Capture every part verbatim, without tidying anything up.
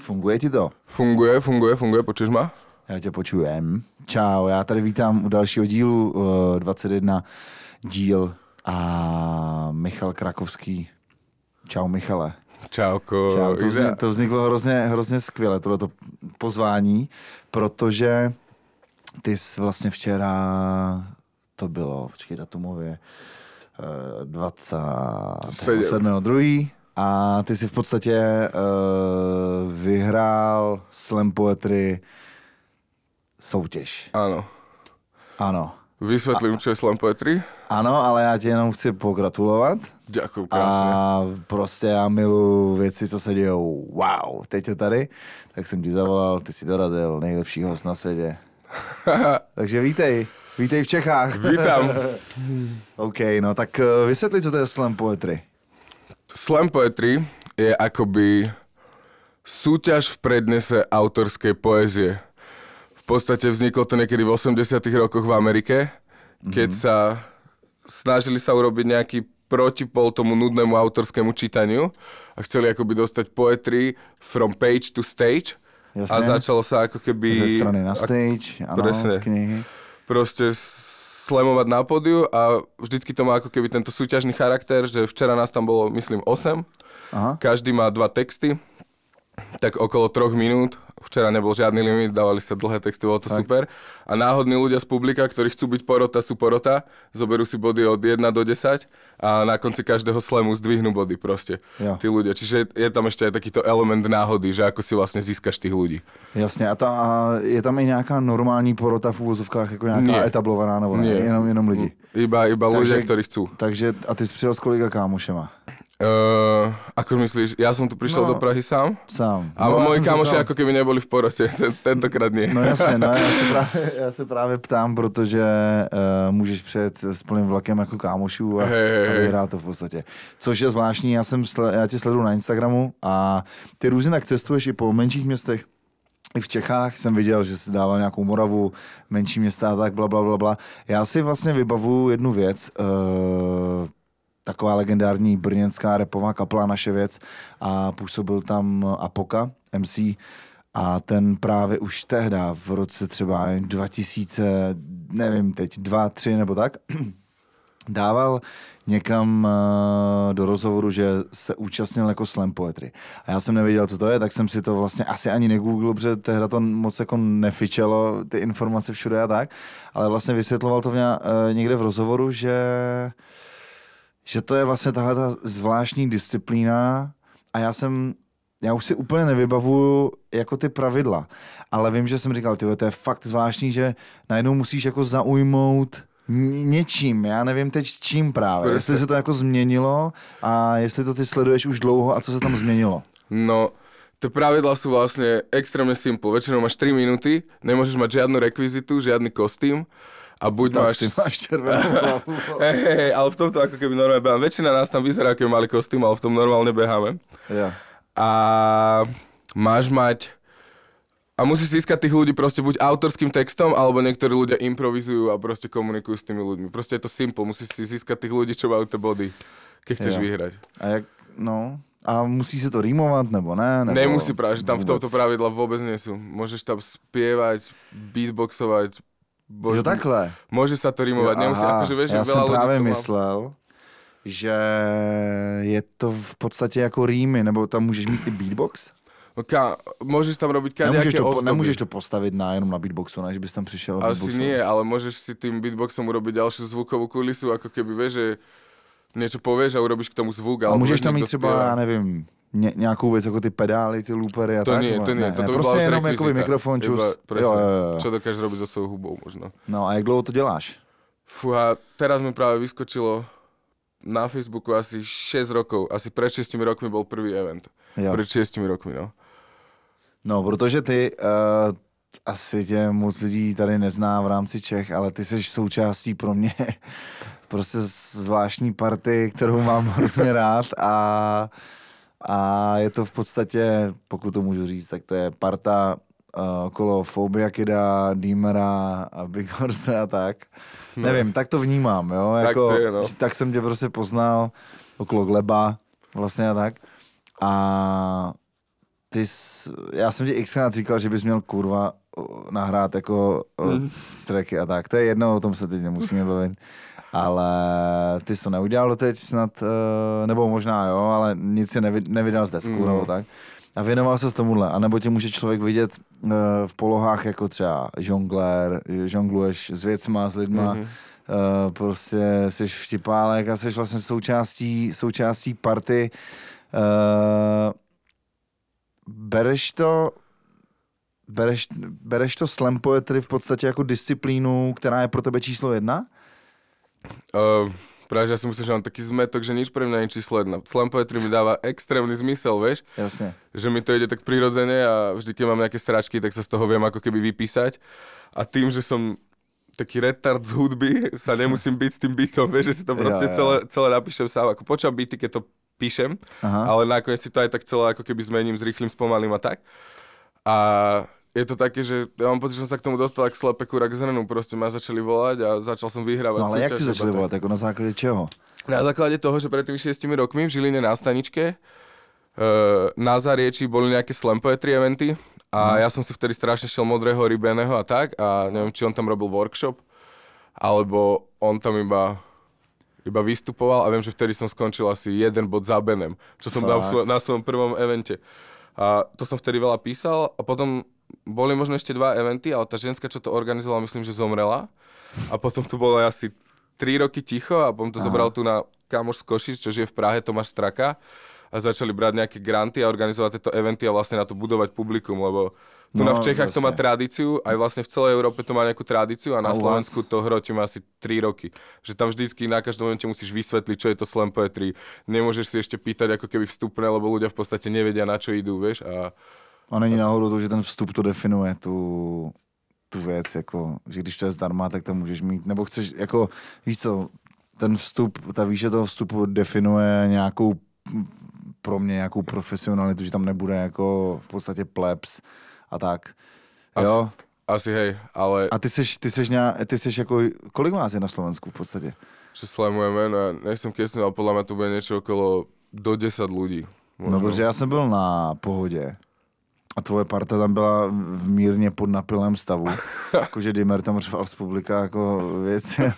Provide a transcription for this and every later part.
Funguje ti to? Funguje, funguje, funguje, počuješ ma? Já tě počujem. Čau, já tady vítám u dalšího dílu, uh, dvacet jedna díl a Michal Krakovský. Čau Michale. Čauko. Čau, to, vzniklo, to vzniklo hrozně, hrozně skvěle, tohleto pozvání, protože ty jsi vlastně včera, to bylo, počkej datumově, dvacátého sedmého druhého a ty jsi v podstatě uh, vyhrál Slam Poetry soutěž. Áno. Ano. Vysvetlím, čo je Slam Poetry? Ano, ale já ti jenom chci pogratulovat. Ďakujem krásně. A prostě já miluji věci, co se dějou. Wow, teď je tady. Tak jsem ti zavolal, ty jsi dorazil, nejlepší host na světě. Takže vítej. Vítej v Čechách. Vítám. OK, no tak vysvětli, co to je Slam Poetry. Slam Poetry je akoby súťaž v prednese autorskej poézie. V podstate vzniklo to niekedy v osemdesiatych rokoch v Amerike, keď mm-hmm. sa snažili sa urobiť nejaký protipol tomu nudnému autorskému čítaniu a chceli akoby dostať poetry from page to stage. Jasne. A začalo sa ako keby... Ze strany na stage, áno, z knihy. Proste slamovať na pódiu a vždycky to má ako keby tento súťažný charakter, že včera nás tam bolo, myslím, osem. Aha. Každý má dva texty, tak okolo troch minút. Včera nebol žiadny limit, dávali sa dlhé texty, bolo to tak super. A náhodní ľudia z publika, ktorí chcú byť porota, sú porota, zoberú si body od jedna do desať a na konci každého slamu zdvihnú body proste. Jo. Tí ľudia. Čiže je tam ešte aj takýto element náhody, že ako si vlastne získaš tých ľudí. Jasně, a, ta, a je tam i nějaká normální porota v úvozovkách, jako nějaká Nie. etablovaná, nebo ne? Jenom, jenom lidi? Iba, iba ľudia, ktorí chcú. Takže, a ty jsi přijel s kolika kámošema? Uh, ako myslíš, ja som tu prišiel no, do Prahy sám? Sám. A no, moji kámoši ako keby neboli v porote, tentokrát nie. No jasně, no já se právě, já se právě ptám, protože uh, můžeš přijet s plným vlakem jako kámošů a, hey, hey, a vyhrát to v podstatě. Což je zvláštní, já, jsem, já tě sleduju na Instagramu a ty různě tak cestuješ i po menších městech. I v Čechách jsem viděl, že si dával nějakou Moravu, menší města a tak, bla, bla, bla, bla. Já si vlastně vybavuju jednu věc, uh, taková legendární brněnská rapová kapela Naše věc a působil tam Apoka, em cé a ten právě už tehda v roce třeba nevím, dva tisíce, nevím teď, dva, tři nebo tak, dával někam do rozhovoru, že se účastnil jako Slam Poetry. A já jsem nevěděl, co to je, tak jsem si to vlastně asi ani negooglil, protože tehda to moc jako nefičelo, ty informace všude a tak, ale vlastně vysvětloval to někde v rozhovoru, že že to je vlastně tahle ta zvláštní disciplína a já jsem, já už si úplně nevybavuju jako ty pravidla, ale vím, že jsem říkal, tyhle, to je fakt zvláštní, že najednou musíš jako zaujmout něčím, já nevím teď čím právě, jestli se to jako změnilo a jestli to ty sleduješ už dlouho a co se tam změnilo. No, tie pravidlá sú vlastne extrémne simple, väčšinou máš tri minúty, nemôžeš mať žiadnu rekvizitu, žiadny kostým. A buď tak, máš... ty máš červenú hlavu. Hej, hej, ale v tomto ako keby normálne behám. Väčšina nás tam vyzerá, keby mali kostým, ale v tom normálne beháme. Ja. A máš mať... A musíš získať tých ľudí proste buď autorským textom, alebo niektorí ľudia improvizujú a proste komunikujú s tými ľuďmi. Proste je to simple, musíš si získať tých ľudí, čo majú tie body, keď chceš ja. vyhrať. A jak, no... A musí se to rýmovat, nebo ne? Nebo nemusí práve, že tam vôbec. V tomto pravidla vôbec nie sú. Môžeš tam spievať, beatboxovať. Bož, jo takhle. Môže sa to rímovať, jo, nemusí, akože vieš, já že veľa jsem právě ľudí myslel, že je to v podstatě jako rýmy, nebo tam můžeš mít i beatbox? No ka, môžeš tam robiť kadejaké to, osoby. Nemůžeš to postavit na, jenom na beatboxu, ne, že bys tam přišel asi beatboxu. Nie, ale môžeš si tým beatboxom urobiť ďalšiu zvukovú kulisu, ako keby vieš, že niečo povieš a urobíš k tomu zvuk. A můžeš tam mít třeba, já nevím, Ně, nějakou věc, jako ty pedály, ty loopery a to tak? Nie, to nie, ne, to, ne, to by prostě byla jenom jakoby mikrofon, čus. Iba, presne, jo, jo, jo. Čo dokážeš robiť so svojou hubou možno. No a jak dlouho to děláš? Fúha, teraz mi práve vyskočilo na Facebooku asi šesť rokov. Asi pred šestimi rokmi bol prvý event. Jo. Pred šestimi rokmi, no. No, protože ty, uh, asi tě moc lidí tady nezná v rámci Čech, ale ty jsi součástí pro mě prostě zvláštní party, kterou mám hrozně rád a A je to v podstatě, pokud to můžu říct, tak to je parta uh, okolo Phobia Kida, Deemera a Big Horse a tak. No. Nevím, tak to vnímám, jo. Tak, jako, to je, no. Tak jsem tě prostě poznal okolo Gleba vlastně a tak. A ty jsi, já jsem ti xkrát říkal, že bys měl kurva nahrát jako mm. tracky a tak. To je jedno, o tom se teď nemusíme bavit. Ale ty jsi to neudělal doteď snad, nebo možná jo, ale nic si nevy, nevydal z desku, mm. nebo tak. A věnoval se s tomuhle. A nebo tě může člověk vidět v polohách jako třeba žonglér, žongluješ s věcma, s lidma, mm-hmm. Uh, prostě jsi vtipálek a jsi vlastně součástí, součástí party. Uh, bereš to bereš, bereš to slam poetry v podstatě jako disciplínu, která je pro tebe číslo jedna? Uh, práve, že ja si myslím, že mám taký zmetok, že nič pre mňa nie je číslo jedna. Slam poetry mi dáva extrémny zmysel, vieš? Jasne. Že mi to ide tak prirodzene a vždy, keď mám nejaké sračky, tak sa z toho viem ako keby vypísať. A tým, že som taký retard z hudby, sa nemusím byť s tým beatom, vieš, že si to proste ja, ja. celé, celé napíšem sám, ako počúvam beaty, keď to píšem, aha. ale nakoniec si to aj tak celé ako keby zmením, zrýchlim, spomalím a tak. A je to také, že ja mám pocit, že som sa k tomu dostal k slepe kura k zrnu, proste ma začali volať a začal som vyhrávať. No ale jak ti začali volať, ako na základe čeho? Na základe toho, že pred tými šiestimi rokmi v Žiline na staničke uh, na Zarieči boli nejaké slam poetry eventy. A hmm. ja som si vtedy strašne šiel Modrého Rybeného a tak a neviem, či on tam robil workshop, alebo on tam iba, iba vystupoval a viem, že vtedy som skončil asi jeden bod za Benem, čo som dal na svojom prvom evente. A to som vtedy veľa písal a potom boli možno ešte dva eventy, ale tá ženská, čo to organizovala, myslím, že zomrela. A potom tu bolo asi tri roky ticho a potom to aha. zobral tu na kamoš z Košic, čo žije v Prahe, Tomáš Straka. A začali brať nejaké granty a organizovať tieto eventy a vlastne na to budovať publikum, lebo tu no, na v Čechách vlastne. To má tradíciu, aj vlastne v celej Európe to má nejakú tradíciu a na a Slovensku vás... to hrotí má asi tri roky. Že tam vždycky na každom momente musíš vysvetliť, čo je to slam poetry. Nemôžeš si ešte pýtať ako keby vstupné, lebo ľudia v podstate nevedia, na čo idú, vieš. A, a není náhodou to, že ten vstup to definuje, tu, tu věc, jako, že když to je zdarma, tak to můžeš mít, nebo chceš, jako, víš co, ten vstup, ta výše toho vstupu definuje nějakou pro mě nějakou profesionalitu, že tam nebude jako v podstatě plebs a tak. Jo? Asi, asi hej, ale... A ty seš, ty seš, nějak, ty seš jako, kolik vás je na Slovensku v podstatě? Že slamujeme, no ja nechcem kesnúť, ale podľa mňa to bude niečo okolo do desať ľudí. Možno. No protože já jsem byl na Pohodě a tvoje parta tam byla v mírně pod napilém stavu. Jakože Dimmer tam řval z publika jako věci.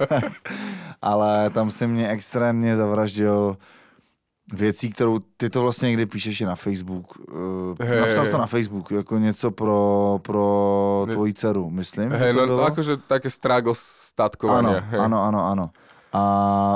Ale tam si mě extrémně zavraždil věcí, kterou ty to vlastně někdy píšeš i na Facebook. Hey, Napsal jsi to na Facebook, jako něco pro, pro tvoji dceru, myslím. Hej, no, no akože také struggle statkovania. Ano, ano, ano, ano. A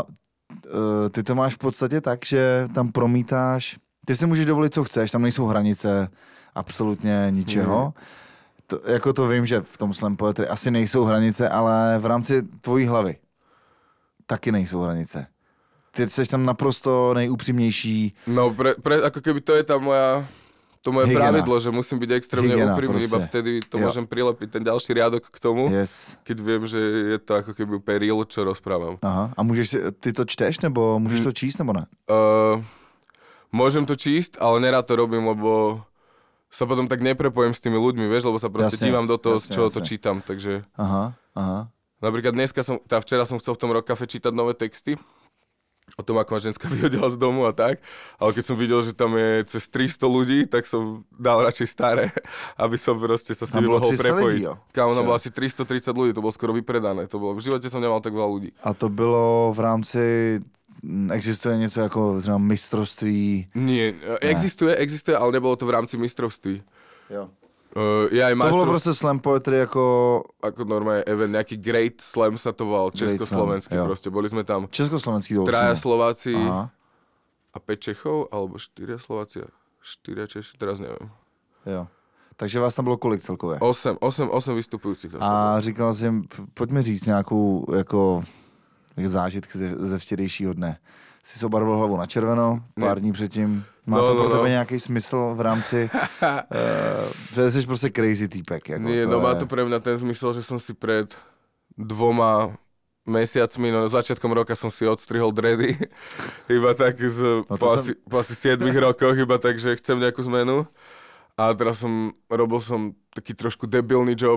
uh, ty to máš v podstatě tak, že tam promítáš, ty si můžeš dovolit, co chceš, tam nejsou hranice absolutně ničeho. Mm. To, jako to vím, že v tom slam poetry asi nejsou hranice, ale v rámci tvojí hlavy taky nejsou hranice. Ty jsi tam naprosto nejúprimnější. No, pre, pre, ako keby to je tá moja, to moje Hygiena. Pravidlo, že musím byť extrémne Hygiena, úprimný, proste. Iba vtedy to jo. Môžem prilepiť ten ďalší riadok k tomu, yes. keď viem, že je to ako keby úplne real, čo rozprávam. Aha. A môžeš, ty to čteš, nebo môžeš to číst, nebo ne? Uh, môžem to číst, ale nerád to robím, lebo sa potom tak neprepojím s tými ľuďmi, vieš, lebo sa proste jasne, dívam do toho, jasne, z čoho jasne. To čítam, takže... Aha, aha. Napríklad dneska som, tá včera som chcel v tom Rock Cafe čítať nové texty, o tom, ako ma ženská vyhodila z domu a tak. Ale keď som videl, že tam je cez tristo ľudí, tak som dal radšej staré, aby som proste sa si mohol prepojiť. Kámo, tam bolo asi tristotridsať ľudí, to bolo skoro vypredané. To bolo, v živote som nemal tak veľa ľudí. A to bylo v rámci, existuje něco jako třeba mistrovství? Nie, existuje, existuje, ale nebolo to v rámci mistrovství. Jo. Uh, ja aj to bolo proste slam poetry ako... Ako normálne event, nejaký Great Slam sa to volal, československý proste. Boli sme tam československý traja Slováci aha. A päť Čechov, alebo štyria Slováci a štyria Češi, teraz neviem. Jo. Takže vás tam bylo kolik celkové? Osem, osem, osem vystupujúcich. A říkal jsem, pojďme říct nějakou jako zážitky ze, ze včerejšího dne. Jsi obarvil hlavu na červeno, pár ne. dní předtím. Má no, to pro no, tebe no. nějaký smysl v rámci, uh, že jsi prostě crazy týpek. Jako Nie, to no je... má to pre mňa ten zmysel, že som si pred dvoma mesiacmi, no začiatkom roka som si odstrihol dready. Iba tak z, no po, som... asi, po asi siedmich rokoch, iba tak, že chcem nejakú zmenu. A teraz som, robil som taký trošku debilný job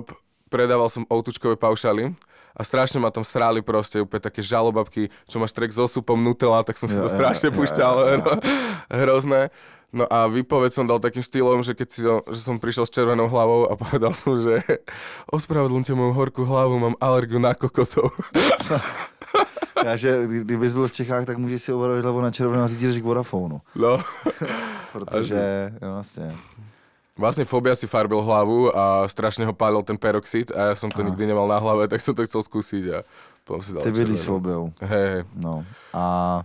predával som outučkové paušály a strašne ma tam sráli proste úplne také žalobabky, čo máš trek s osupom Nutella, tak som si ja, to strašne ja, púšťal, ja, ja. No, hrozné. No a výpoveď som dal takým štýlom, že keď si to, že som prišiel s červenou hlavou a povedal som, že ospravedlňte moju horkú hlavu, mám alergiu na kokotov. Já, že kdybys byl v Čechách, tak můžeš si opravit hlavu na červenou a říct, že k Vodafonu. No. Protože, jo, vlastně. Vlastne Fobia si farbil hlavu a strašne ho pálil ten peroxid a ja som to Aha. nikdy nemal na hlave, tak som to chcel skúsiť a potom si dal Ty bydlíš s Fobiou. Hej, hej. No a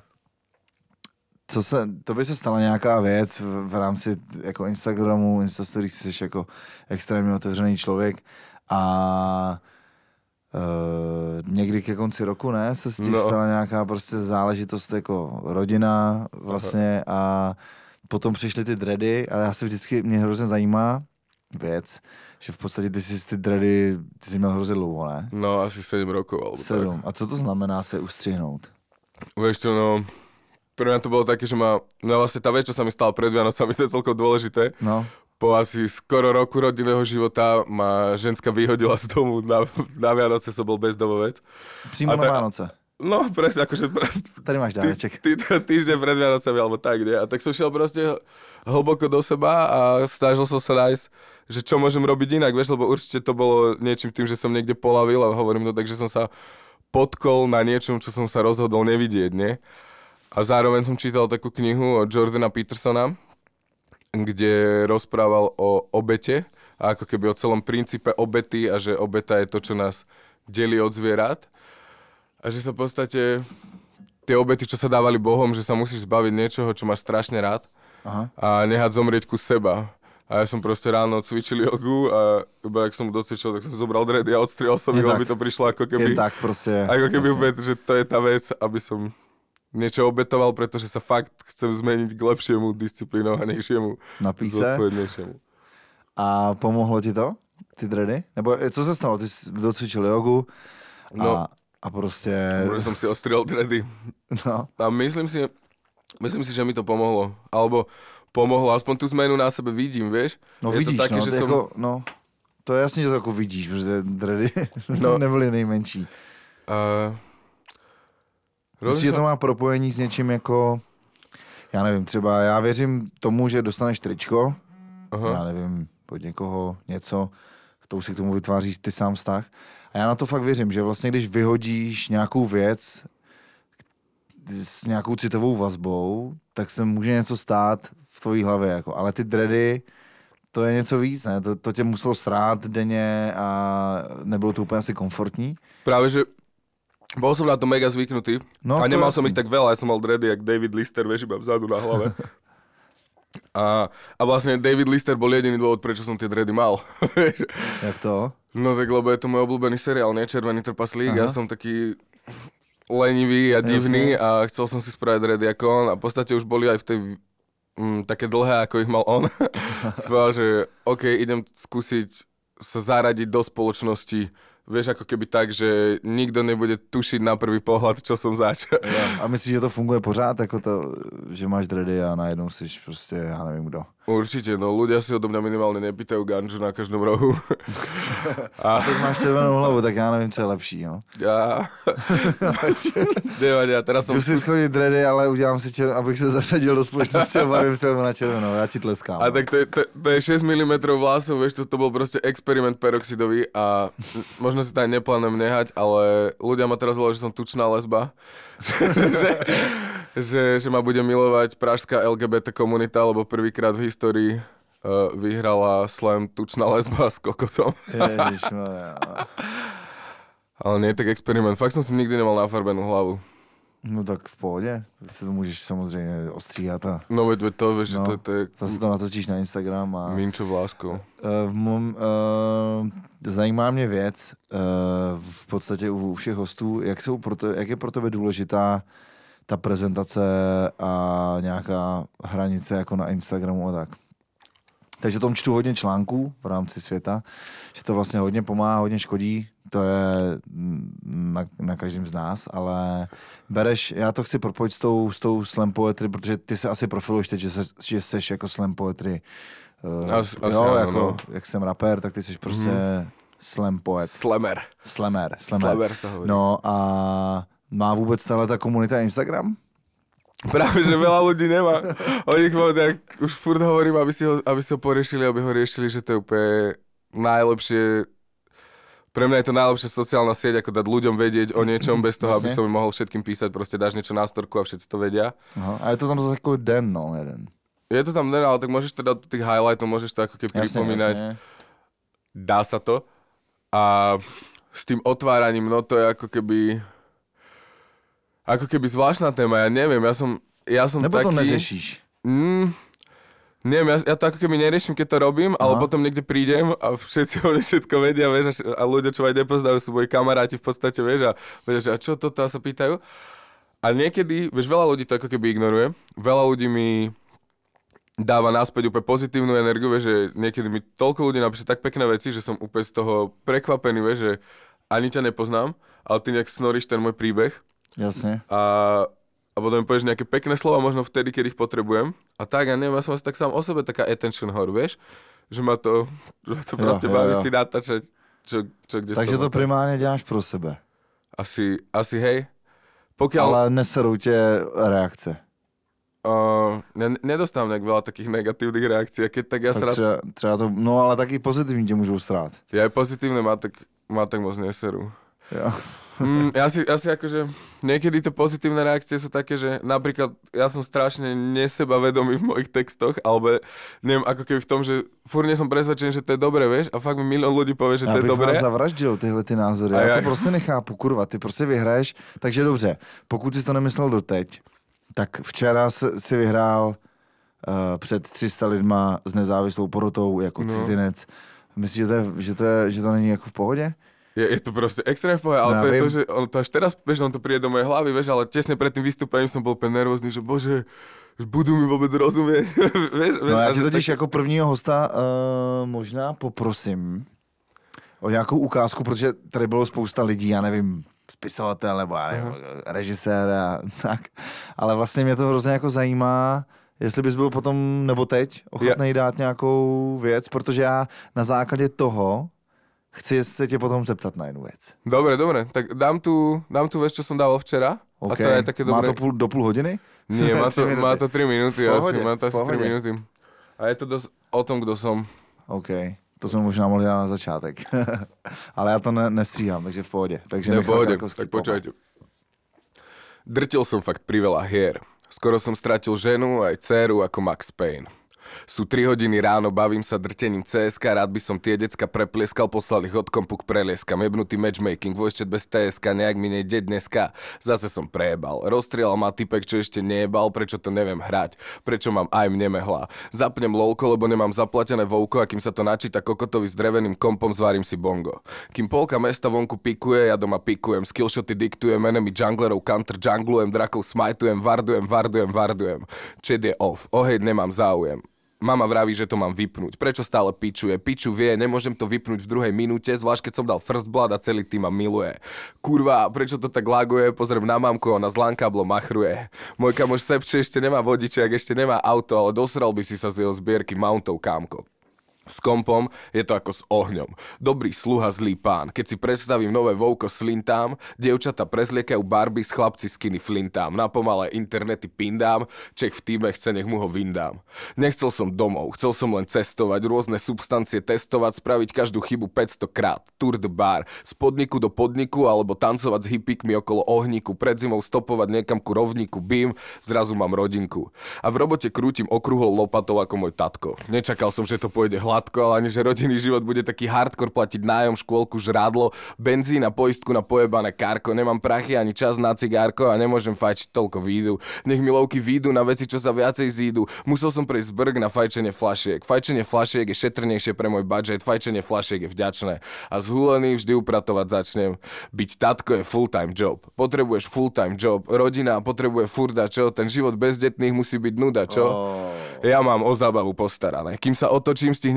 co se, to by se stala nějaká věc v, v rámci jako Instagramu, Instastory, jsi jako extrémně otevřený člověk a Uh, někdy ke konci roku, ne, se ti no. stala nějaká prostě záležitost jako rodina vlastně Aha. a potom přišly ty dready a já se vždycky, mě hrozně zajímá věc, že v podstatě ty jsi ty dready, ty jsi měl hrozně dlouho, ne? No, asi sedm rokov. Alebo sedm. Tak. A co to znamená se ustřihnout? Vieš čo, no, pre mňa to bolo také, že ma, no vlastne tá vec, čo sa mi stala pred Vianocami, to je celkom dôležité. No. Po asi skoro roku rodinného života ma ženská vyhodila z domu, na, na Vianoce som bol bezdomovec. Prímo na Vianoce? No, presne, akože... Tady máš dáreček. Tý, tý, týždeň pred Vianocami, alebo tak, nie? A tak som šiel proste hlboko do seba a snažil som sa nájsť, že čo môžem robiť inak, vieš, lebo určite to bolo niečím tým, že som niekde polavil a hovorím to tak, že som sa potkol na niečom, čo som sa rozhodol nevidieť, nie? A zároveň som čítal takú knihu od Jordana Petersona, kde rozprával o obete a ako keby o celom princípe obety a že obeta je to, čo nás delí od zvierat. A že sa v podstate tie obety, čo sa dávali Bohom, že sa musíš zbaviť niečoho, čo máš strašne rád Aha. a nehať zomrieť kus seba. A ja som proste ráno cvičil jogu a iba jak som docvičil, tak som zobral dready a odstriel som, lebo by to prišlo ako keby... Je tak proste. Ako keby úplne, že to je tá vec, aby som niečo obetoval, pretože sa fakt chcem zmeniť k lepšiemu, disciplinovanejšiemu, zodpovednejšiemu. A pomohlo ti to? Ty dready? Nebo co se stalo? Ty jsi docvičil jogu a, no, a prostě... Možno som si ostriel dready. No. A myslím si, myslím si, že mi to pomohlo. Alebo pomohlo, aspoň tú zmenu na sebe vidím, vieš? No je vidíš, to také, no, že som... jako, no. To je jasně, že to jako vidíš, protože dready no. nebyly nejmenší. Uh... Myslíš, že to má propojení s něčím jako, já nevím, třeba já věřím tomu, že dostaneš tričko, Aha. já nevím, od někoho něco, to už si k tomu vytváříš ty sám vztah. A já na to fakt věřím, že vlastně když vyhodíš nějakou věc s nějakou citovou vazbou, tak se může něco stát v tvojí hlavě, jako. Ale ty dready, to je něco víc, ne? To, to tě muselo srát denně a nebylo to úplně asi komfortní. Právě, že bol som na to mega zvyknutý no, a nemal som ich tak veľa, ja som mal dready jak David Lister, vieš, iba vzadu na hlave. A, a vlastne David Lister bol jediný dôvod, prečo som tie dready mal. Jak to? No tak, lebo je to môj obľúbený seriál, nie? Červený trpaslík. Aha. Ja som taký lenivý a divný Jasne. A chcel som si spraviť dready ako on a v podstate už boli aj v tej mm, také dlhé, ako ich mal on. Spovedal, že OK, idem skúsiť sa zaradiť do spoločnosti. Vieš, ako keby tak, že nikto nebude tušiť na prvý pohľad, čo som zač. Ja. A myslíš, že to funguje pořád, ako to, že máš dready a najednou si proste, ja neviem kto. Určite, no ľudia si odo mňa minimálne nepýtajú ganžu na každom rohu. A tak máš červenou hlavu, tak ja neviem, čo je lepší, no. Ja. Nevadí, ja teraz som... Tu si schodit dready, ale udělám si červenou, abych se zařadil do společnosti a barvím se na červenou, ja ti tleskám. A tak to je, to, to je šesť milimetrov vlasov, vieš, to, to bol proste experiment peroxidový a možno si to aj neplánujem nehať, ale ľudia ma teraz volajú, že som tučná lesba. že, že, že ma bude milovať pražská el gé bé té komunita, lebo prvýkrát v histórii uh, vyhrala slam tučná lesba s kokotom. Ježišmarja. Ale nie, tak experiment. Fakt som si nikdy nemal nafarbenú hlavu. No tak v pohodě, si to můžeš samozřejmě ostříhat a... No veď, veď to, vieš, no, že to, to je... Zase to natočíš na Instagram a... Minčo vláskou. Uh, uh, zajímá mě věc, uh, v podstatě u, u všech hostů, jak, jsou pro to, jak je pro tebe důležitá ta prezentace a nějaká hranice jako na Instagramu a tak. Takže tom čtu hodně článků v rámci světa, že to vlastně hodně pomáhá, hodně škodí, to je na, na každém z nás, ale bereš, já to chci propojit s tou, s tou slam poetry, protože ty se asi profiluješ teď, že, se, že seš jako slam poetry. Uh, As, jo, asi jako, no. Jak jsem rapper, tak ty seš prostě mm-hmm. Slam poet. Slamer. Slamer. Slamer, Slamer sa hovorí. No a má vůbec tahle ta komunita Instagram? Práve, že veľa ľudí nemá. O nich mám tak, už furt hovorím, aby si, ho, aby si ho poriešili, aby ho riešili, že to je úplne najlepšie. Pre mňa je to najlepšia sociálna sieť, ako dať ľuďom vedieť o niečom bez toho, aby som im mohol všetkým písať. Proste dáš niečo na storku a všetci to vedia. Aha, a je to tam zase ako den, no, jeden. Je to tam den, ale tak môžeš teda do tých highlightov, môžeš to ako keby pripomínať. Jasne. Dá sa to. A s tým otváraním, no to je ako keby... Ako keby zvláštna téma, ja neviem, ja som, ja som Nebo taký... Nebo to neřešíš? Mm, neviem, ja, ja to ako keby neriešim, keď to robím, ale potom niekde prídem a všetci o mne všetko vedia, vieš, a ľudia, čo aj nepoznajú, sú moji kamaráti v podstate, vieš, a vieš, a čo toto sa pýtajú. A niekedy, vieš, veľa ľudí to ako keby ignoruje, veľa ľudí mi dáva naspäť úplne pozitívnu energiu, vieš, že niekedy mi toľko ľudí napíše tak pekné veci, že som úplne z toho prekvapený, vieš, že ani ťa nepoznám, ale ty nejak snoríš ten môj príbeh. Jasne. A, a potom mi povieš nejaké pekné slova, možno vtedy, keď ich potrebujem. A tak, ja neviem, ja som asi tak sám o sebe taká attention whore, vieš? Že ma to, že ma to proste baví si natáčať, čo, čo kde Takže som. to primárne děláš pro sebe. Asi, asi hej. Pokiaľ... Ale neserou tě reakce. Uh, ne, nedostám nejak veľa takých negatívnych reakcií, a keď tak ja tak sa... Třeba, třeba to, no ale taky pozitivní tě můžou srát. Ja aj pozitívne má tak, má tak moc neserú. Jo. Mm, ja, si, ja si akože, niekedy tie pozitívne reakcie sú také, že napríklad ja som strašne nesebavedomý v mojich textoch, alebo neviem, ako keby v tom, že furt nie som presvedčený, že to je dobré, vieš, a fakt mi milión ľudí povie, že já to je dobré. Já bych vás zavraždil tyhle ty názory, A já ja... to prostě nechápu, kurva, ty prostě vyhraješ, takže dobře, pokud jsi to nemyslel doteď, tak včera si vyhrál uh, před tři sta lidma s nezávislou porotou jako no. cizinec. Myslíš, že to, je, že, to je, že to není jako v pohodě? Je, je to proste extrém v pohode, ale no, to je to, že on to až teraz, vieš, on to príde do mojej hlavy, vieš, ale tesne pred tým vystúpením som bol úplne nervózny, že bože, budú mi vôbec rozumieť, vieš, vieš. No já tě totiž tak... jako prvního hosta uh, možná poprosím o nějakou ukázku, protože tady bylo spousta lidí, já nevím, spisovatel nebo já nevím, uh-huh. režisér a tak, ale vlastně mě to hrozně jako zajímá, jestli bys byl potom, nebo teď, ochotnej ja. dát nějakou věc, protože já na základě toho chci se tě potom zeptat na jednu věc. Dobre, dobre, tak dám tu, dám tu vec, čo som dával včera. Okay. A to je také dobré. Má to půl, do půl hodiny? Nie, má to, má to tri minúty, asi, má to asi tri minúty. A je to dosť o tom, kdo som. OK, to jsme možná mohli dát na začátek. Ale já to ne, nestříhám, takže v pohodě. Takže ne, v pohode, tak počujte. Drtil som fakt priveľa hier. Skoro som stratil ženu aj dceru ako Max Payne. Sú tri hodiny ráno, bavím sa drtením cé es ká, rád by som tie decka preplieskal, poslal ich od kompu k prelieskam, jebnutý matchmaking, voice chat bez té es ká, nejak mi nejde dneska, zase som prejebal, rozstrielal ma typek, čo ešte nejebal, prečo to neviem hrať, prečo mám aj mne mehla, zapnem lolko, lebo nemám zaplatené vouko a kým sa to načíta kokotovi s dreveným kompom, zvarím si bongo. Kým polka mesta vonku pikuje, ja doma pikujem, skillshoty diktujem, enemy junglerov, counter junglujem, drakov smajtujem, vardujem, vardujem, vardujem, chat je off, oheď nemám záujem. Mama vraví, že to mám vypnúť. Prečo stále pičuje? Piču vie, nemôžem to vypnúť v druhej minúte, zvlášť keď som dal first blood a celý tým ma miluje. Kurva, prečo to tak laguje? Pozriem na mamku, ona z lankáblo machruje. Môj kamoš Sepče ešte nemá vodičák, ešte nemá auto, ale dosral by si sa z jeho zbierky mountov, kámko. S kompom je to ako s ohňom. Dobrý sluha, zlý pán. Keď si predstavím nové vouko slintám, dievčata prezliekajú Barbie, s chlapci skiny flintám. Na pomalé internety pindám, Čech v týme chce, nech mu ho vyndám. Nechcel som domov, chcel som len cestovať, rôzne substancie testovať, spraviť každú chybu päťsto krát. Tour de bar, z podniku do podniku, alebo tancovať s hippíkmi okolo ohníku, pred zimou stopovať niekam ku rovníku, bím, zrazu mám rodinku. A v robote krútim okruhol lopatou ako môj tatko. Nečakal som, že to pôjde hlavne, ale ani že rodinný život bude taký hardcore, platiť nájom, škôlku, žrádlo, benzín a poistku na pojebané kárko. Nemám prachy ani čas na cigárko a nemôžem fajčiť toľko výjdu. Nech mi lovky výjdu na veci, čo sa viacej zídu. Musel som prejsť brk na fajčenie flašiek. Fajčenie flašiek je šetrnejšie pre môj budget, fajčenie flašiek je vďačné. A zhulený vždy upratovať začnem. Byť tatko je full-time job. Potrebuješ full-time job. Rodina potrebuje furda, čo? Ten život bezdetných musí byť nuda, čo? Oh. Ja mám o zábavu postarané. Kým sa otočím, stihne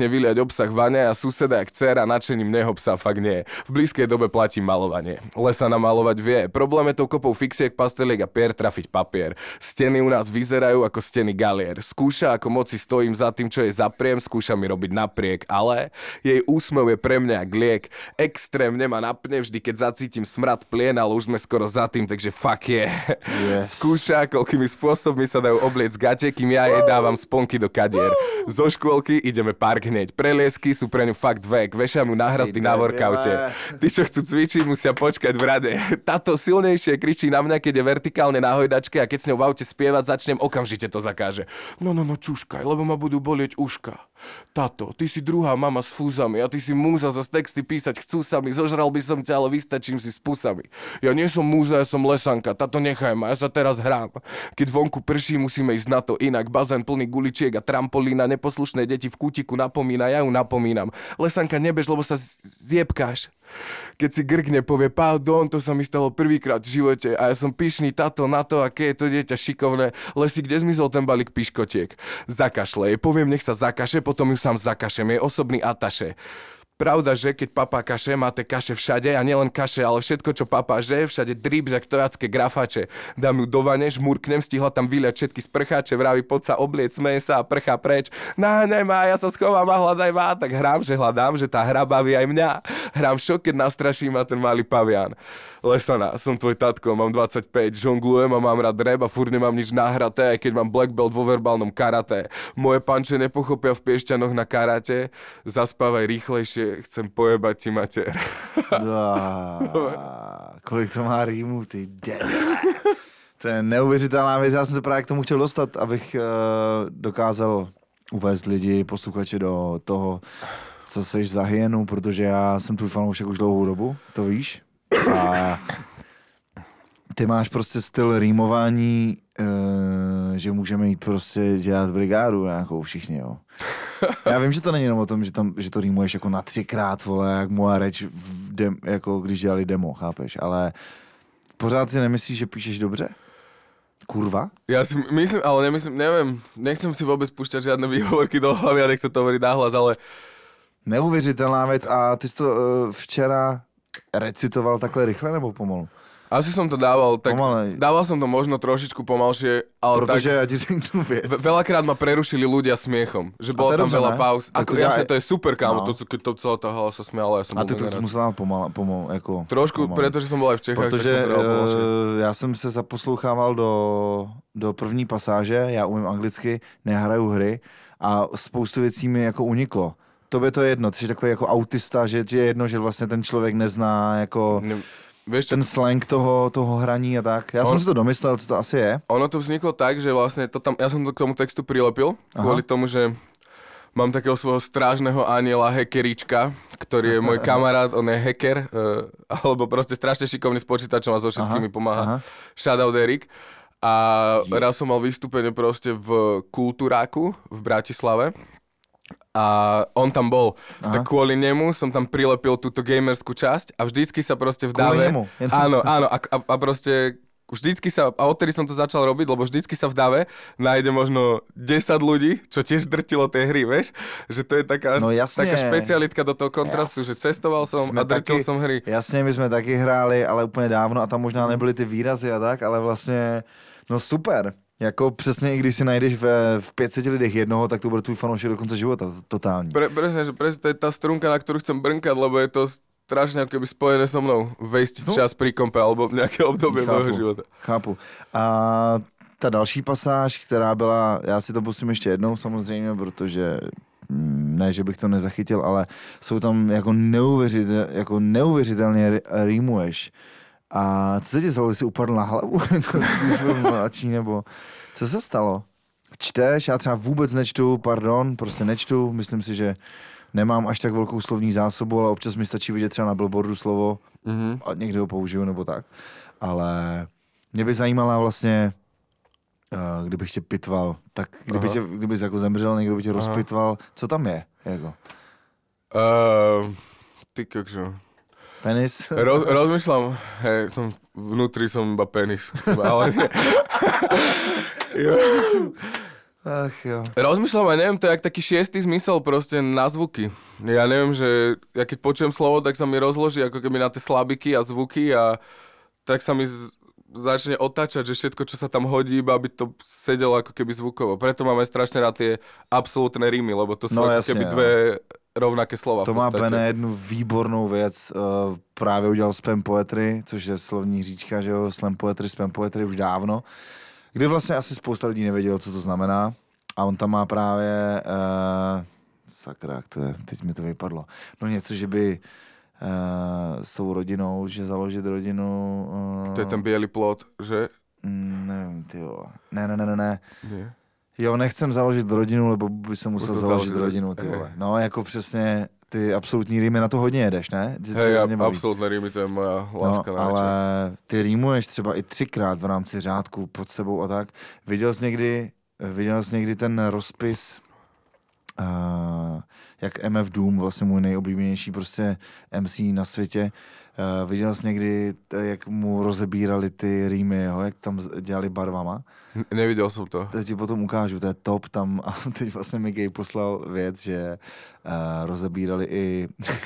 vyliať obsah vane a suseda jak dcera nadšením neho psa fakt nie. V blízkej dobe platí malovanie. Lesa namalovať vie. Problém je tou kopou fixiek, pasteliek a pier trafiť papier. Steny u nás vyzerajú ako steny galier. Skúša, ako moci stojím za tým, čo jej zapriem, skúša mi robiť napriek, ale jej úsmev je pre mňa jak liek. Extrémne ma napne vždy, keď zacítim smrad plien, ale už sme skoro za tým, takže fuck je. Yeah. Yes. Skúša, koľkými spôsobmi sa dajú obliec gate, kým ja jej dávam sponky do kadier. Zo škôlky ideme park hneď. Preliesky sú pre ňu fakt vek. Vešam ju na hrazdy na workoute. Tí, čo chcú cvičiť, musia počkať v rade. Táto silnejšie kričí na mňa, keď je vertikálne na hojdačke a keď s ňou v aute spievať začnem, okamžite to zakáže. No, no, no, čuškaj, lebo ma budú bolieť uška. Tato, ty si druhá mama s fúzami a ty si múza, za texty písať chcú sa mi. Zožral by som ťa, ale vystačím si s pusami. Ja nie som múza, ja som lesanka. Tato, nechaj ma, ja sa teraz hrám. Keď vonku prší, musíme ísť na to inak. Bazén plný guličiek a trampolína. Neposlušné deti v kútiku napomína, ja ju napomínam. Lesanka, nebež, lebo sa z- zjebkáš. Keď si grkne, povie pardon, to sa mi stalo prvýkrát v živote a ja som pyšný tato na to, aké je to dieťa šikovné. Lesi, kde zmizol ten balík piškotiek? Zakašle jej, poviem, nech sa zakaše, potom ju sám zakašem, jej osobný ataše. Pravda, že keď papá kaše, máte kaše všade a nielen kaše, ale všetko, čo papá že, všade dribs, jak tojacké grafače. Dám ju do vane, žmurknem, stihla tam vyliať všetky sprcháče, vraví, poď sa obliec, smeje sa a prchá preč. Náhňaj ma, ja sa schovám a hľadaj ma, tak hrám, že hľadám, že tá hra baví aj mňa. Hrám šok, keď nastraší ma ten malý pavian. Lesana, som tvoj tatko, mám dvadsaťpäť, žonglujem a mám rád rap a furt nemám nič nahraté, aj keď mám black belt vo verbálnom karate. Moje panče nepochopia v Piešťanoch na karate, zaspávaj rýchlejšie, chcem pojebať ti mater. Dá, kolik to má rýmu, ty dead. To je neuvěřitelná věc, já jsem se právě k tomu chtěl dostat, abych uh, dokázal uvést lidi, posluchače do toho, co seš za hyenu, protože já jsem tvůj fanoušek už dlouhou dobu, to víš. A ty máš prostě styl rýmování, uh, že můžeme jít prostě dělat brigádu nějakou všichni, jo. Já vím, že to není jenom o tom, že, tam, že to rýmuješ jako na třikrát, vole, jak moja reč, v dem, jako když dělali demo, chápeš, ale pořád si nemyslíš, že píšeš dobře? Kurva? Ja si myslím, ale nemyslím, neviem, nechcem si vôbec púšťať žiadne výhovorky do hlavy a nechcem to hovoriť nahlas, ale... Neuvěřitelná věc a ty jsi to uh, včera recitoval takhle rychle nebo pomalu? Asi som to dával, tak Pomalej. Dával som to možno trošičku pomalšie, ale Protože tak... ja ti řeknu věc. Ve- veľakrát ma prerušili ľudia smiechom, že bolo tam veľa pauz. Ako, jasne, to je super, kámo, no. to, keď to celá tá hala sa smiala, ja som A ty to musela pomal, pomal, jako... Trošku, pomal. Pretože som bol aj v Čechách, Protože tak som to uh, já jsem se zaposlouchával do, do první pasáže, já umím anglicky, nehraju hry a spoustu věcí mi jako uniklo. Tobě to je jedno, ty jsi takový jako autista, že ti je jedno, že vlastně ten člověk nezná jako... Ne. Vieš, ten slang toho, toho hraní a tak. Ja on, som si to domyslel, co to asi je. Ono to vzniklo tak, že vlastne to tam, ja som to k tomu textu prilepil, Aha. kvôli tomu, že mám takého svojho strážneho aniela hackerička, ktorý je môj kamarát, on je hacker, uh, alebo proste strašne šikovný s počítačom a so všetkými Aha. pomáha. Aha. Shoutout Erik. A je. raz som mal vystúpenie proste v Kultúráku v Bratislave. A on tam bol. Aha. Tak kvôli nemu som tam prilepil túto gamerskú časť a vždycky sa proste v dáve... Kvôli nemu? Áno, áno. A, a, a proste vždycky sa... A odtedy som to začal robiť, lebo vždycky sa v dáve nájde možno desať ľudí, čo tiež drtilo tej hry, vieš? Že to je taká, no taká špecialitka do toho kontrastu, Jas. že cestoval som sme a drtil taky, som hry. Jasne, my sme taky hráli, ale úplne dávno a tam možná nebyly ty výrazy a tak, ale vlastne... No super. Jako přesně, i když si najdeš ve, v päťset lidech jednoho, tak to bude tvůj fanoušek do konce života, totální. Pre, presne, že presne to je tá strunka, na ktorú chcem brnkať, lebo je to strašne keby spojené so mnou. Vejsť no. čas pri kompe, alebo nejaké obdobie mojho života. Chápu. A ta další pasáž, která byla, já si to pustím ještě jednou samozřejmě, protože ne, že bych to nezachytil, ale jsou tam jako, neuvěřitel, jako neuvěřitelně rýmuješ. A co se ti stalo, jsi upadl na hlavu, když byl mladší, nebo co se stalo? Čteš? Já třeba vůbec nečtu, pardon, prostě nečtu, myslím si, že nemám až tak velkou slovní zásobu, ale občas mi stačí vidět třeba na billboardu slovo mm-hmm. a někdy ho použiju nebo tak. Ale mě by zajímala vlastně, uh, kdybych tě pitval, tak kdyby tě, kdybys jako zemřel, někdo by tě Aha. rozpitval, co tam je? Jako? Uh, ty kokžo. Penis? Roz, rozmýšľam, hej, som, vnútri som iba penis, ale nie. Ach jo. Rozmýšľam aj, neviem, to je jak taký šiestý zmysel proste na zvuky. Ja neviem, že ja keď počujem slovo, tak sa mi rozloží ako keby na tie slabiky a zvuky a tak sa mi z... začne otáčať, že všetko, čo sa tam hodí, iba aby to sedelo ako keby zvukovo. Preto máme strašne rád tie absolútne rímy, lebo to sú no, ako jasne, keby dve rovnaké slova. To má Bene jednu výbornou věc, uh, právě udělal Spam Poetry, což je slovní říčka, že jo, Slam Poetry, Spam Poetry už dávno, kde vlastně asi spousta lidí nevědělo, co to znamená. A on tam má právě, uh, sakra, jak to je, teď mi to vypadlo, no něco, že by uh, s tou rodinou, že založit rodinu... Uh, to je ten bielý plot, že? Mm, nevím, ty vole. Ne, ne, ne, ne, ne. Nie. Jo, nechcem založit rodinu, lebo by jsem musel Musel založit, založit rodinu, ty vole. No, jako přesně ty absolutní rýmy, na to hodně jedeš, ne? Hej, ja, absolutné rýmy, to je moja láska no, najväčšia. Ale ty rýmuješ třeba i třikrát v rámci řádku pod sebou a tak. Viděl jsi někdy, viděl jsi někdy ten rozpis, uh, jak M F Doom, vlastně můj nejoblíbenější prostě M C na světě, uh, viděl jsi někdy, jak mu rozebírali ty rýmy, jo, jak tam dělali barvama? Neviděl jsem to. Teď ti potom ukážu, to je top tam a teď vlastně Mikej poslal věc, že uh, rozebírali i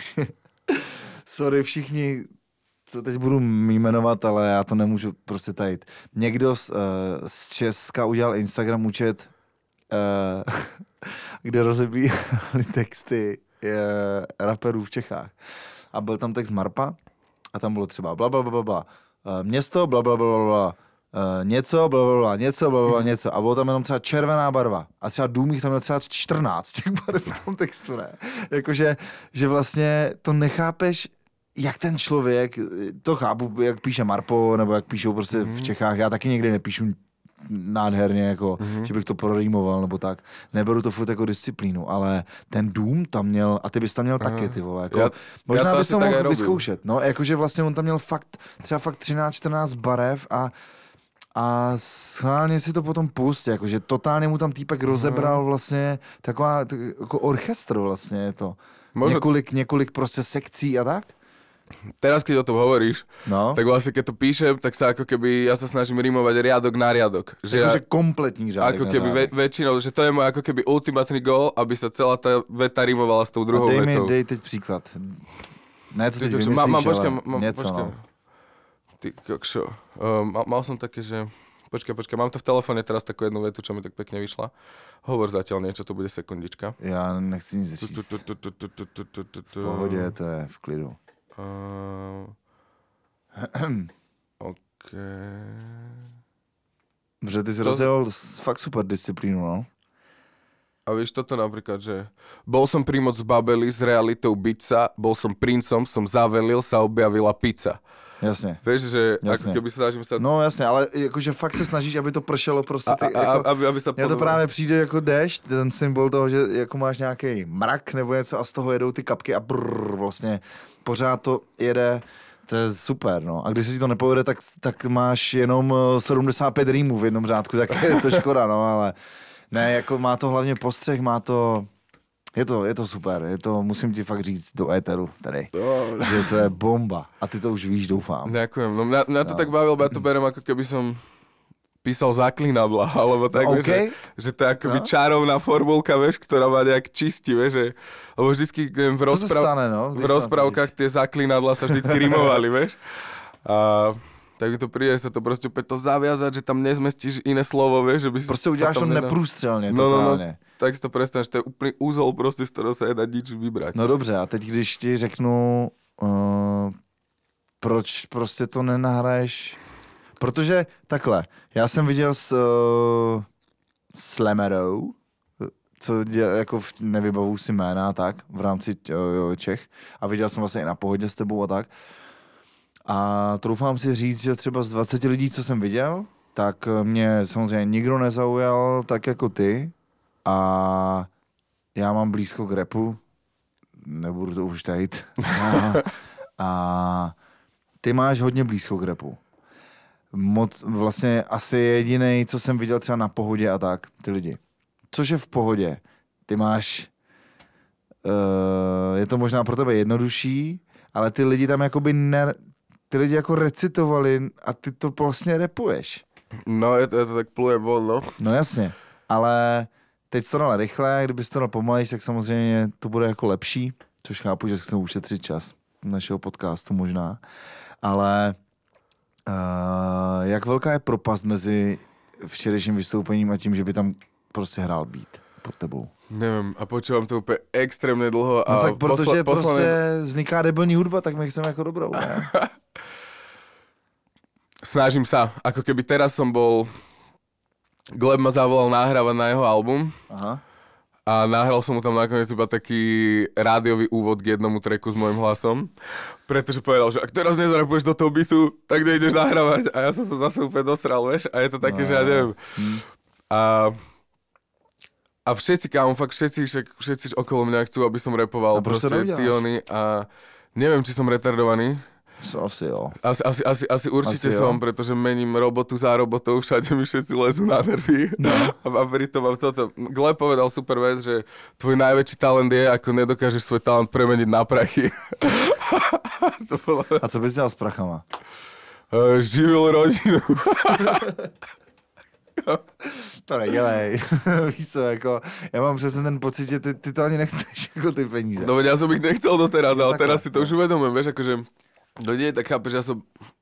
sorry všichni, co teď budu jmenovat, ale já to nemůžu prostě tajit. Někdo z, uh, z Česka udělal Instagram účet, uh, kde rozebírali texty uh, raperů v Čechách. A byl tam text Marpa a tam bylo třeba bla bla bla bla, uh, město bla bla bla bla, Uh, něco, blablabla, něco, blablabla, něco. A bylo tam jenom třeba červená barva. A třeba Dům jich tam měl třeba čtrnáct těch barev v tom textu, ne? Jakože, že vlastně to nechápeš, jak ten člověk, to chápu, jak píše Marpo, nebo jak píšou prostě mm. v Čechách. Já taky někdy nepíšu nádherně, jako, mm-hmm. že bych to prorýmoval, nebo tak. Neberu to furt jako disciplínu, ale ten Dům tam měl, a ty bys tam měl uh, taky, ty vole. Jako, já, možná já to bys to mohl vyzkoušet. No, jakože vlastně on tam měl fakt, třeba fakt třináct čtrnáct barev a A schválně si to potom pust, jakože totálně mu tam týpek rozebral vlastně taková, tak, jako orchestr vlastně je to. Možno... Několik, několik prostě sekcí a tak. Teraz, keď o tom hovoríš, no. tak vlastne keď to píšem, tak sa ako keby, ja sa snažím rímovať riadok na riadok. Že akože ja, kompletní riadok ako keby ve, väčšinou, že to je môj ako keby ultimátny gól, aby sa celá tá veta rímovala s tou druhou a dej vetou. Mi, dej teď príklad. Ne, co teď vymyslíš, má, má, ale počka, má, něco, počka. no. Ty kokšo. Uh, mal, mal som také, že... Počkaj, počkaj, mám to v telefóne teraz takú jednu vetu, čo mi tak pekne vyšla. Hovor zatiaľ niečo, to bude sekundička. Ja nechci nic říct. V pohodě, to je v klidu. Uh, OK. Protože ty si to... rozjel fakt super disciplínu, no. A vieš toto napríklad, že bol som pri moc babeli s realitou byť sa, bol som princom, som zavelil, sa objavila pizza. Jasně. Víš, že jasně. Ako keby se snažím se... No jasně, ale jakože fakt se snažíš, aby to pršelo prostě. Ty, a, a, jako, aby, aby se mně to právě přijde jako déšť, ten symbol toho, že jako máš nějaký mrak nebo něco a z toho jedou ty kapky a brrr, vlastně pořád to jede. To je super, no. A když se ti to nepovede, tak, tak máš jenom sedmdesát pět rýmů v jednom řádku, tak je to škoda, no, ale ne, jako má to hlavně postřeh, má to... Je to, je to super, je to, musím ti fakt říct do éteru tady, oh. že to je bomba a ty to už víš, doufám. Ďakujem, no mňa, mňa to no. tak bavilo, ja to berem ako keby som písal záklinadla, alebo tak, no, okay. že, že to je akoby no. čarovná formulka, vieš, ktorá ma nejak čistí, vieš, že, lebo vždycky neviem, v, rozpráv, stane, no? v rozprávkach tie záklinadla sa vždycky rimovali, vieš. A tak mi to príde sa to proste opäť to zaviazať, že tam nezmestíš iné slovo, vieš, že by si... Proste uděláš to neprůstřelně, no, totálně. No, no. Tak si to prestaneš, to je úplný úzol prostě, z kterého se nedá nič vybrať. No dobře, a teď když ti řeknu, uh, proč prostě to nenahraješ, protože takhle, já jsem viděl s uh, Slamerou, co dělá, jako v, nevybavu si jména tak, v rámci uh, Čech, a viděl jsem vlastně i Na pohodě s tebou a tak. A troufám si říct, že třeba z dvaceti lidí, co jsem viděl, tak mě samozřejmě nikdo nezaujal tak jako ty. A já mám blízko k rapu, nebudu to už tajit. A, a ty máš hodně blízko k rapu. Moc, vlastně asi jedinej, co jsem viděl třeba Na pohodě a tak, ty lidi. Což je v pohodě. Ty máš, uh, je to možná pro tebe jednodušší, ale ty lidi tam jakoby ne, ty lidi jako recitovali a ty to vlastně rapuješ. No, je to, je to tak pluje vol, no. No jasně. ale teď to dal rychle, kdyby to dal pomalejš, tak samozřejmě to bude jako lepší, což chápu, že chceme ušetřit čas našeho podcastu možná, ale uh, jak velká je propast mezi včerejším vystoupením a tím, že by tam prostě hrál beat pod tebou? Nevím, a počúvam to úplně extrémně dlouho. A no tak protože posla, prostě poslané... vzniká debilní hudba, tak my chceme jako dobrou, ne? Snažím sa, ako keby teraz som bol... Gleb ma zavolal nahrávať na jeho album. Aha. A nahral som mu tam nakoniec iba taký rádiový úvod k jednomu tracku s môjim hlasom. Pretože povedal, že ak teraz nezarapuješ do toho bitu, tak nejdeš nahrávať. A ja som sa zase úplne dosral, vieš? A je to také, no, že ja neviem. Hm. A... A všetci, kámo, fakt všetci, však, všetci okolo mňa chcú, aby som repoval proste Tiony a neviem, či som retardovaný. So, asi jo. Asi, asi, asi, asi určite asi som, jo. pretože mením robotu za robotou, všade mi všetci lezú na nervy. No. A, a pritom mám toto. Gleb povedal super vec, že tvoj najväčší talent je, ako nedokážeš svoj talent premeniť na prachy. To bolo... A co bys dělal s prachama? Uh, živil rodinu. To nedělej. Víš co, jako, já mám přesně ten pocit, že ty, ty to ani nechceš, jako ty peníze. No ja som ich nechcel doteraz, no, ale teraz si to už uvedomujem, vieš, akože, no nie, tak chápeš, ja som,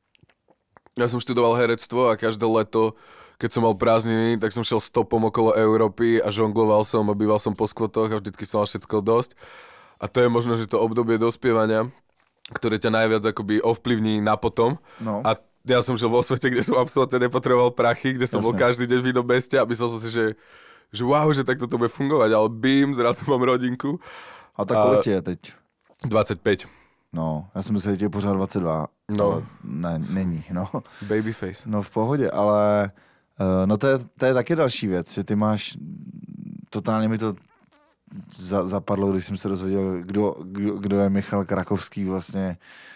ja som študoval herectvo a každé leto, keď som mal prázdniny, tak som šiel stopom okolo Európy a žongloval som a býval som po skvotoch a vždycky som mal všetko dosť. A to je možno, že to obdobie dospievania, ktoré ťa najviac akoby ovplyvní na potom. No. A ja som žil vo svete, kde som absolútne nepotreboval prachy, kde som Jasne. bol každý deň v inom meste a myslel som si, že, že wow, že takto to bude fungovať, ale bím, zrazu mám rodinku. A tak kolik je teď? dvacet pět. No, já jsem myslel, že je pořád dvacet dva. No. Ne, není, no. Babyface. No v pohodě, ale uh, no to je, to je taky další věc, že ty máš, totálně mi to za, zapadlo, když jsem se dozvěděl, kdo, kdo, kdo je Michal Krakovský vlastně,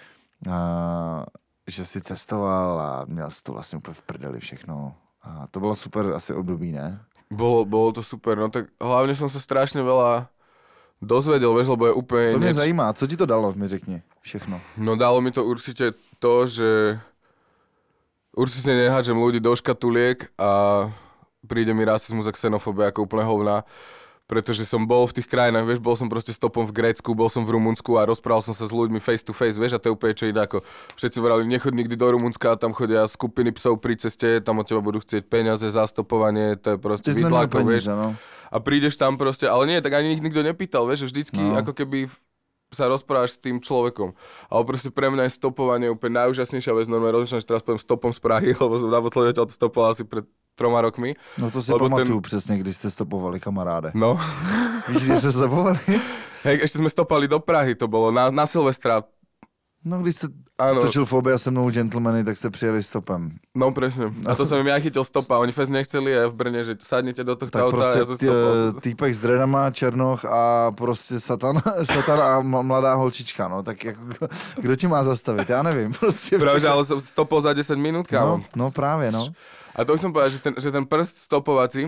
uh, že si cestoval a měl si to vlastně úplně v prdeli všechno. A to bylo super asi období, ne? Bolo, bolo to super, no tak hlavne som sa strašne veľa dozvedel, vieš, lebo je úplne... To mě nieč... zajímá, co ti to dalo, mi řekni, všechno. No dalo mi to určite to, že určite nehádžem ľudí do škatuliek a príde mi rasizmus a xenofóbia ako úplne hovná. Pretože som bol v tých krajinách, vieš, bol som proste stopom v Grécku, bol som v Rumunsku a rozprával som sa s ľuďmi face to face, vieš, a to je úplne čo iné, ako všetci vrali, nechoď nikdy do Rumunska, tam chodia skupiny psov pri ceste, tam od teba budú chcieť peniaze, zastopovanie, to je proste vidláko, vieš. No. A prídeš tam proste, ale nie, tak ani nikto nepýtal, vieš, vždycky no. ako keby sa rozprávaš s tým človekom. Ale proste pre mňa je stopovanie úplne najúžasnejšia vec, normálne rozlišujem, že teraz poviem stopom z Prahy, lebo som naposledy to stopoval asi pred troma rokmi. No to si pamatuju ten... přesně, když jste stopovali, kamaráde. No. Víš, kde jste stopovali? Hej, ešte sme stopali do Prahy, to bolo na, na Silvestra. No, když jste ano. točil Fobia se mnou Gentlemany, tak jste přijeli stopem. No, presne. A to som im ja chytil stopa. Oni fest nechceli a v Brne, že sadnete do tohto auta prostě a ja som stopal. Týpek s dreadama, černoch a prostě satan, satan a mladá holčička, no. Tak jako, kdo ti má zastavit? Já nevím. Prostě Pravže, ale som stopol za desať minút, kámo. No, no právě, no. A to chcem povedať, že ten, že ten prst stopovací,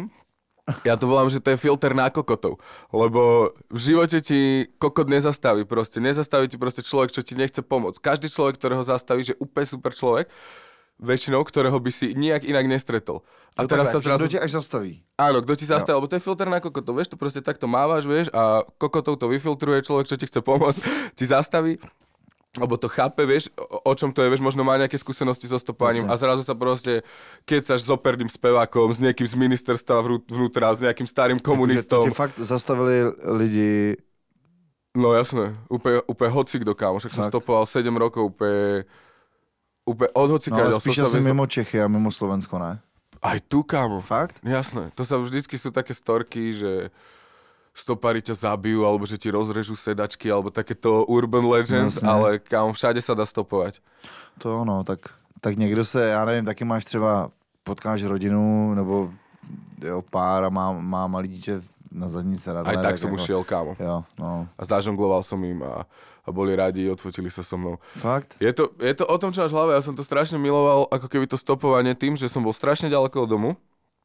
ja to volám, že to je filter na kokotov, lebo v živote ti kokot nezastaví proste, nezastaví ti proste človek, čo ti nechce pomôcť. Každý človek, ktorého zastaví, že úplne super človek, väčšinou, ktorého by si nijak inak nestretol. A no teraz tak, sa zrazu... Kto ti až zastaví? Áno, kto ti zastaví, no. Lebo to je filter na kokotov, vieš, to proste takto mávaš, vieš, a kokotov to vyfiltruje, človek, čo ti chce pomôcť, ti zastaví. Lebo to chápe, vieš, o, o čom to je, vieš, možno má nejaké skúsenosti so stopovaním a zrazu sa proste kecaš s operným spevákom, s niekým z ministerstva vnútra, s nejakým starým komunistom. Takže to ti fakt zastavili lidi... No jasné, úplne, úplne hocikdo, kámo, však som stopoval sedem rokov, úplne, úplne od hocika. No ale spíš asi mimo Čechy a mimo Slovensko, ne? Aj tu, kámo. Fakt? Jasné, to sa vždycky sú také storky, že... stopári ťa zabijú, alebo že ti rozrežú sedačky, alebo takéto urban legends, Jasne. Ale kámo, všade sa dá stopovať. To ono, tak, tak někdo se, já nevím, taky máš třeba, potkáš rodinu, nebo jo, pár a má, má malý dítě na zadnice. Aj tak, tak som už šiel, kámo. Jo, no. A zažongloval som im a, a boli radi, odfotili sa so mnou. Fakt? Je to, je to o tom, čo máš v hlave, ja som to strašne miloval, ako keby to stopovanie tým, že som bol strašne ďaleko od domu.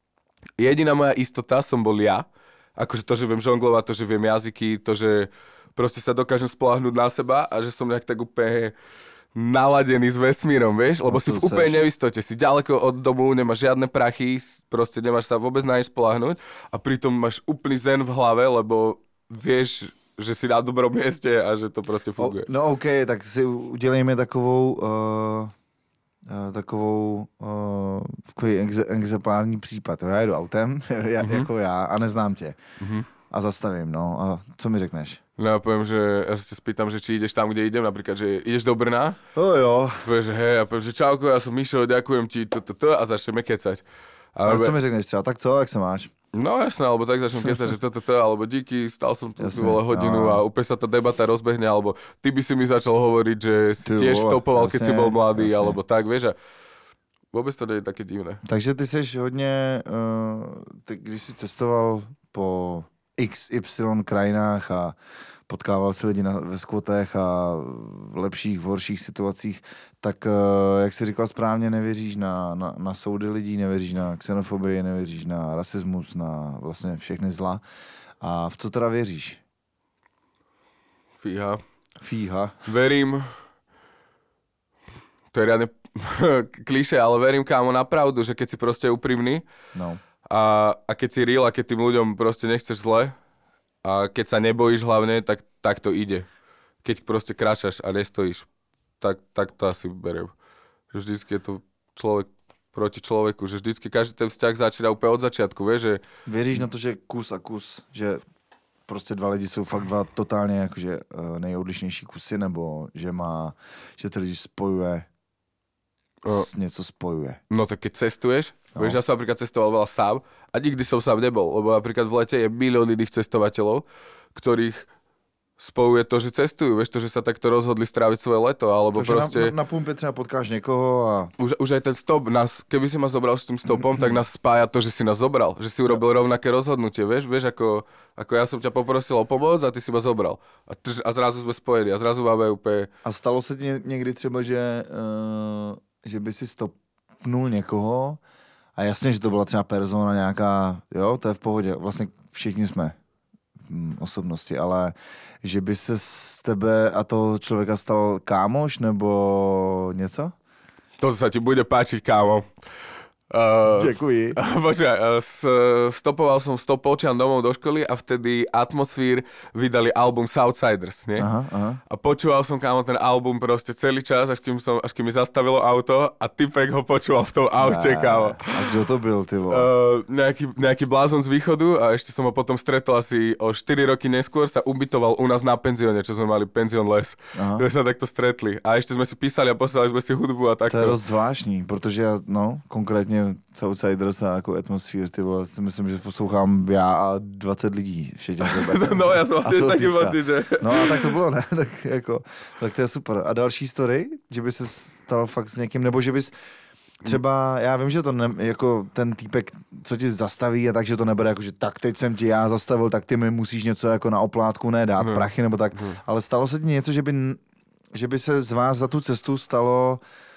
Jediná moja istota som bol ja. Akože to, že viem žonglovať, to, že viem jazyky, to, že proste sa dokážem spolahnúť na seba a že som nejak tak úplne naladený s vesmírom, vieš, lebo no si v úplnej neistote, si ďaleko od domu, nemáš žiadne prachy, proste nemáš sa vôbec na nič spoľahnúť a pritom máš úplný zen v hlave, lebo vieš, že si na dobrom mieste a že to prostě funguje. O, no OK, tak si udělejme takovou uh, uh, takovou uh, takový exe, exemplární případ. Já jedu autem, já, mm-hmm. jako já, a neznám tě. Mm-hmm. A zastavím, no. A co mi řekneš? No ja poviem, že ja sa te spýtam, že či ideš tam, kde idem, napríklad, že ideš do Brna. Oh, jo. Povieš, že hej, ja poviem, že čauko, ja som Mišo, ďakujem ti, to, to, to, a začneme kecať. Ale co mi řekneš třeba? Tak co, jak se máš? No jasné, alebo tak začnem kecať, že toto, to, alebo díky, stal som tu vole hodinu no. A úplne sa tá debata rozbehne, alebo ty by si mi začal hovoriť, že si ty tiež stopoval, keď si bol mladý, jasne. Alebo tak, vieš, a vôbec to nie je také divné. Takže ty seš hodně, uh, ty, když jsi cestoval po iks ypsilon krajinách a potkával si lidi na, ve skvotech a v lepších, v horších situacích, tak, jak jsi říkal správně, nevěříš na, na, na soudy lidí, nevěříš na xenofobii, nevěříš na rasismus, na vlastně všechny zla. A v co teda věříš? Fíha. Fíha. Verím, to je riadne klišé, ale verím, kámo, na pravdu, že keď si proste úprimný no. a, a keď si real a keď tým ľuďom proste nechceš zle, a keď sa nebojíš hlavne, tak, tak to ide. Keď proste kráčaš a nestojíš, tak, tak to asi beriem. Že vždycky je to človek proti človeku, že vždycky každý ten vzťah začína úplne od začiatku, vieš, že... Věříš na to, že kus a kus, že prostě dva lidi jsou fakt dva totálně jakože nejodlišnější kusy, nebo že má, že ty lidi spojuje, o, něco spojuje? No tak keď cestuješ, no. Vieš, ja som napríklad cestoval veľa sám a nikdy som sám nebol, lebo napríklad v lete je milión iných cestovateľov, ktorých spojuje to, že cestujú, vieš, to, že sa takto rozhodli stráviť svoje leto, alebo takže proste... Na, na, na pumpe třeba potkáš niekoho a... Už, už aj ten stop, nás, keby si ma zobral s tým stopom, tak nás spája to, že si nás zobral, že si urobil rovnaké rozhodnutie, vieš, vieš, ako, ako ja som ťa poprosil o pomoc a ty si ma zobral. A, trž, a zrazu sme spojení a zrazu máme úplne... A stalo se ti někdy třeba, že, uh, že by si stopnul někoho a jasně, že to byla třeba persona nějaká, jo, to je v pohodě, vlastně všichni jsme hm, osobnosti, ale že by se z tebe a toho člověka stal kámoš nebo něco? To sa ti bude páčiť, kámo. Uh, Děkuji. Počkaj, uh, stopoval som Stopolčan domov do školy a vtedy Atmosphere vydali album Southsiders, nie? Aha, aha. A počúval som, kámo, ten album proste celý čas, až kým, som, až kým mi zastavilo auto a typek ho počúval v tom aute, ne, kámo. A kdo to byl, ty vole? Uh, nejaký, nejaký blázon z východu a ešte som ho potom stretol asi o štyri roky neskôr, sa ubytoval u nás na penzióne, čo sme mali penzión Les. Kde sa takto stretli. A ešte sme si písali a poslali sme si hudbu a takto. To je dost zvláštní, protože ja, no, konkrétně Southsiders a jako Atmosphere, ty vole, si myslím, že poslouchám já a dvacet lidí všichni. No, já jsem asi taky pocit, že... No a tak to bylo, ne? Tak, jako, tak to je super. A další story, že by se stal fakt s někým, nebo že bys třeba, já vím, že to ne, jako ten týpek, co ti zastaví a tak, že to nebude jako, že tak teď jsem ti já zastavil, tak ty mi musíš něco jako na oplátku, ne, dát no. prachy nebo tak. No. Ale stalo se ti něco, že by, že by se z vás za tu cestu stalo,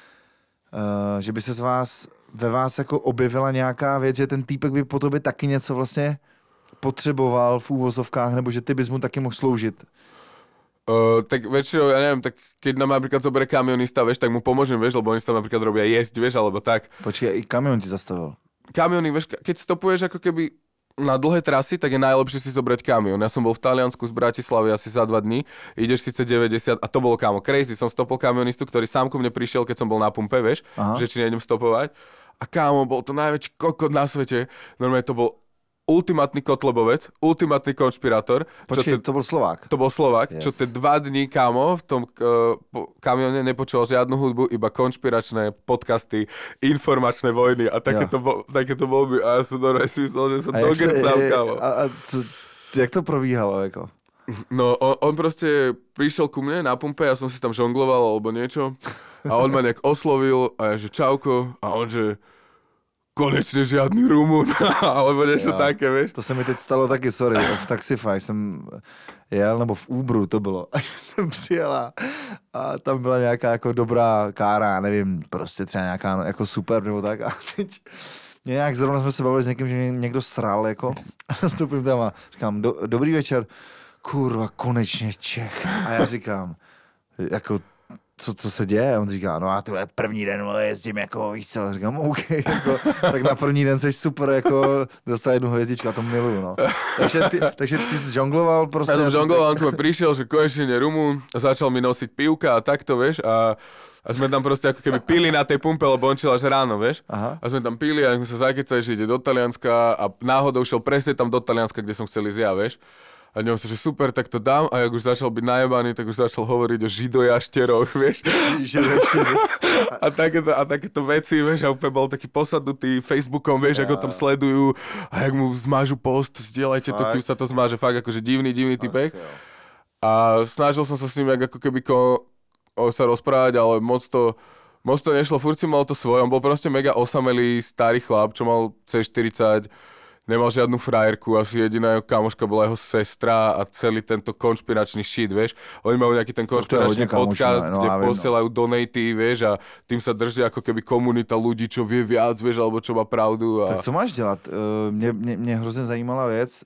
uh, že by se z vás ve vás jako objevila nějaká věc, že ten týpek by po tobě taky něco vlastně potřeboval v úvozovkách, nebo že ty bys mu taky mohl sloužit? Uh, tak väčšinou, ja neviem, tak keď nám napríklad zoberie kamionista, vieš, tak mu pomôžem, vieš, lebo oni sa tam napríklad robia jesť, vieš, alebo tak. Počkej, i kamion ti zastavil. Kamiony, vieš, keď stopuješ ako keby na dlhé trasy, tak je najlepšie si zobrať kamión. Ja som bol v Taliansku z Bratislavy asi za dva dní, ideš síce deväťdesiat a to bolo, kámo, crazy. Som stopol kamionistu, ktorý sám ku mne prišiel, keď som bol na pumpe, vieš, aha, že či nejdem stopovať. A kámo, bol to najväčší kokot na svete. Normálne to bol ultimátny kotlebovec, ultimátny konšpirátor. Počkej, te, to bol Slovák. To bol Slovák, yes. Čo te dva dní, kámo, v tom uh, kamióne nepočúval žiadnu hudbu, iba konšpiračné podcasty, informačné vojny a takéto, bo, takéto voľby. A ja som normálne si myslel, že som dogrcal, kámo. A, a co, jak to probíhalo, jako? No, on, on proste prišiel ku mne na pumpe, ja som si tam žongloval alebo niečo a on ma nejak oslovil a ja, že čauko, a on, že konečne žiadny Rumun, alebo niečo ja, také, vieš. To se mi teď stalo taky, sorry, v Taxify jsem jel, nebo v Uberu to bylo, až jsem přijela a tam byla nějaká jako dobrá kára, nevím, prostě třeba nějaká jako super nebo tak a teď nějak zrovna jsme se bavili s někým, že mě někdo sral, jako, a nastupím tam a říkám, do, dobrý večer, kurva, konečně Čech. A já říkám, jako, co, co se děje? On říká, no a tohle první den, ale jezdím jako, víš co, říkám, OK, jako, tak na první den jsi super, jako, dostal jednu hvězdičku a to miluju, no. Takže ty, takže ty jsi žongloval prostě. Ja som žongloval, on mi prišiel, že konečne nie Rumún, a začal mi nosiť pivka a takto, vieš, a, a sme tam proste ako keby pili na tej pumpe, lebo on šiel až ráno, vieš. Aha. A sme tam pili a sme sa zakecali, že ide do Talianska a náhodou šiel presne tam do Talianska, kde som chcel ísť ja, vieš. A ňom sa, že super, tak to dám. A jak už začal byť najebaný, tak už začal hovoriť o židojašteroch, vieš. a, takéto, a takéto veci, vieš. A úplne bol taký posadnutý Facebookom, vieš, ja. Ako tam sledujú. A jak mu zmážu post, zdieľajte to, kým sa to zmáže. Fakt akože divný, divný typek. A snažil som sa s ním ako keby ko, o, sa rozprávať, ale moc to, moc to nešlo. Furt si mal to svoje. On bol proste mega osamelý starý chlap, čo mal cé štyridsať. Nemal žiadnu frajerku, asi jediná jeho kamoška bola jeho sestra a celý tento konšpiračný shit, vieš. Oni majú nejaký ten konšpiračný podcast, no, kde posielajú donaty, vieš, a tým sa drží ako keby komunita ľudí, čo vie viac, vieš, alebo čo má pravdu. A... Tak co máš dělat? Mě, mě, mě hrozně zajímala věc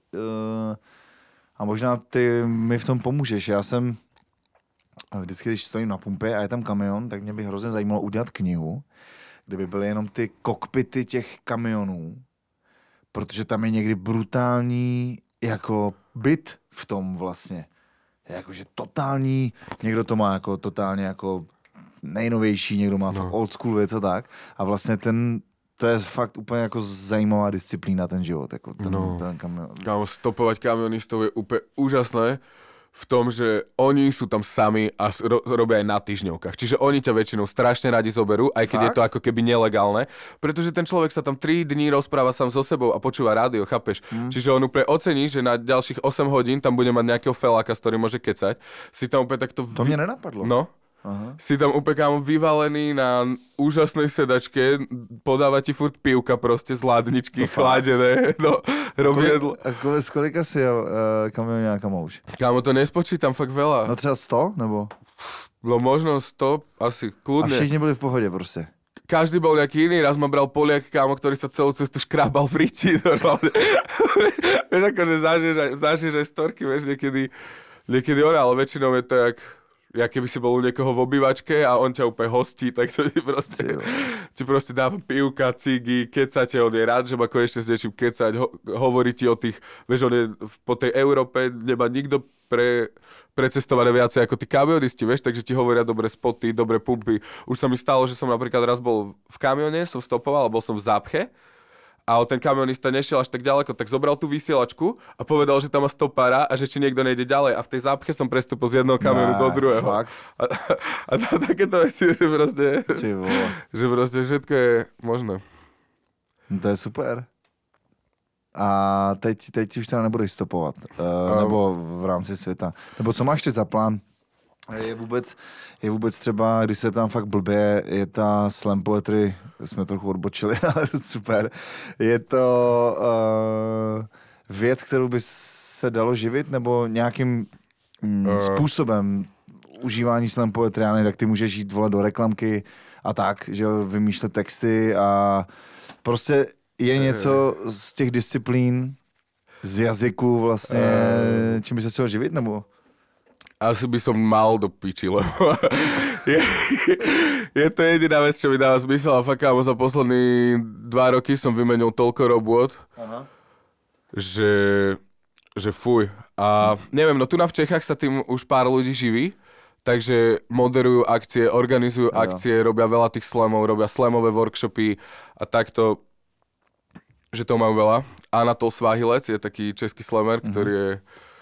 a možná ty mi v tom pomůžeš. Já jsem vždycky, když stojím na pumpě a je tam kamion, tak mě by hrozně zajímalo udělat knihu, kde by byly jenom ty kokpity těch kamionů, protože tam je někdy brutální jako byt v tom vlastně. Jakože totální, někdo to má jako totálně jako nejnovější, někdo má no. fakt old school věc a tak. A vlastně ten, to je fakt úplně jako zajímavá disciplína ten život. Jako ten, no. ten kamion. Kámo, stopovať kamionistov je úplne úžasné v tom, že oni sú tam sami a ro- robia aj na týždňovkách. Čiže oni ťa väčšinou strašne radi zoberú, aj keď Fakt? Je to ako keby nelegálne, pretože ten človek sa tam tri dní rozpráva sám so sebou a počúva rádio, chápeš? Hmm. Čiže on úplne ocení, že na ďalších osem hodín tam bude mať nejakého feláka, s ktorým môže kecať. Si tam úplne takto... To mne nenapadlo. No. Aha. Si tam úplne kámo vyvalený na úžasnej sedačke, podáva ti furt pivka proste z ladničky, chladené, no, robí jedlo. A kolik, z kolika si jel uh, kamioňáka už? Kámo, to nespočítam fakt veľa. No třeba sto, nebo? No možno sto, asi kľudne. A všichni byli v pohode proste. Každý bol nejaký iný, raz ma bral Poliak, kámo, ktorý sa celú cestu škrábal v riti, normálne. Vieš, akože zažiješ aj, zažiješ aj storky, vieš, niekedy, niekedy ona, ale väčšinou je to jak... Ja keby si bol u niekoho v obývačke a on ťa úplne hostí, tak to ti proste, ti proste dáva pivka, cigy, kecate, on je rád, že má konečne s niečím kecať, ho, hovorí ti o tých, vieš, on je po tej Európe, nemá nikto pre, precestované viacej ako tí kamionisti, vieš, takže ti hovoria dobré spoty, dobré pumpy. Už sa mi stalo, že som napríklad raz bol v kamione, som stopoval, bol som v zápche, a ten kamionista nešiel až tak ďaleko, tak zobral tú vysielačku a povedal, že tam má stopára a že či niekto nejde ďalej. A v tej zápche som prestúpil z jedného kamionu do druhého. Fakt? A, a, a takéto veci, že proste, že proste všetko je možné. No to je super. A teď, teď už teda nebudeš stopovat. Uh, nebo v rámci světa. Nebo co máš teď za plán? Je vůbec, je vůbec třeba, když se ptám fakt blbě, je ta slam poetry, jsme trochu odbočili, ale super, je to uh, věc, kterou by se dalo živit, nebo nějakým mm, uh. způsobem užívání slam poetry, já nevím, tak ty můžeš jít volat do reklamky a tak, že vymýšlet texty a prostě je něco z těch disciplín, z jazyku vlastně, uh. čím by se chtěl živit, nebo... Asi by som mal do piči, lebo je, je to jediná vec, čo mi dáva zmysel a fakt, kámo, za poslední dva roky som vymenil toľko robôt, Aha. že, že fuj. A neviem, no tu na v Čechách sa tým už pár ľudí živí, takže moderujú akcie, organizujú Aha. akcie, robia veľa tých slamov, robia slamové workshopy a takto, že to majú veľa. Anatol Svahilec je taký český slamer, ktorý je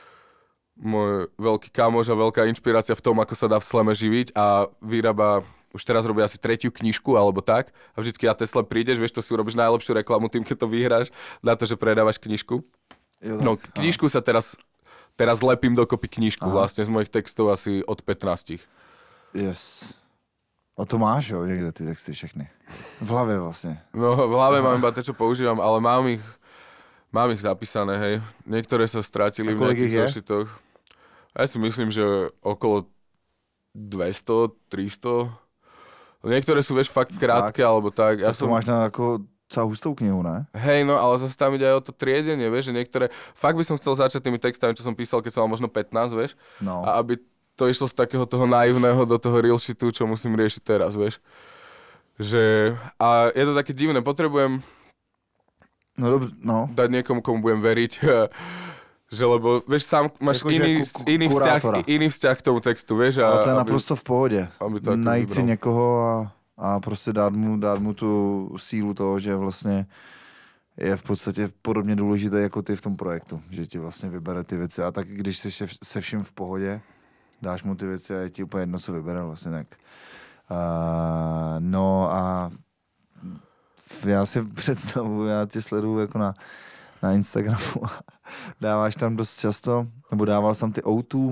môj veľký kamoš a veľká inšpirácia v tom, ako sa dá v slame živiť a vyrába, už teraz robí asi tretiu knižku alebo tak a vždycky na ten slam prídeš, vieš, to si urobíš najlepšiu reklamu tým, keď to vyhráš na to, že predávaš knižku. No knižku sa teraz, teraz lepím dokopy knižku Aha. vlastne z mojich textov asi od pätnásť. Yes. A to máš, jo, niekde ty texty všechny. V hlave vlastne. No v hlave Aha. mám iba to, čo používam, ale mám ich, mám ich zapísané, hej. Niektoré sa strátili v nejakých zošitoch. Ja si myslím, že okolo dvesto, tristo. Niektoré sú, vieš, fakt krátke, fakt? Alebo tak. Ja to som... máš na ako celú hustou knihu, ne? Hej, no, ale zase tam ide aj o to triedenie, vieš, že niektoré... Fakt by som chcel začať tými textami, čo som písal, keď som mal možno pätnásť, vieš. No. A aby to išlo z takého toho naivného do toho real shitu, čo musím riešiť teraz, vieš. Že, a je to také divné, potrebujem no, dobře, no. dať niekomu, komu budem veriť, že lebo, vieš, sám máš jako, iný, ku, ku, iný, vzťah, iný vzťah k tomu textu, vieš. A, ale to je aby, naprosto v pohodě. Najít si někoho a, a prostě dát mu, dát mu tu sílu toho, že vlastně je v podstatě podobně důležité jako ty v tom projektu, že ti vlastně vybere ty věci a tak když jsi se vším v pohodě, dáš mu ty věci a je ti úplně jedno, co vybere vlastně tak. Uh, no a já si představuji, já tě sleduju jako na, na Instagramu a dáváš tam dost často, nebo dával jsi tam ty ó dva.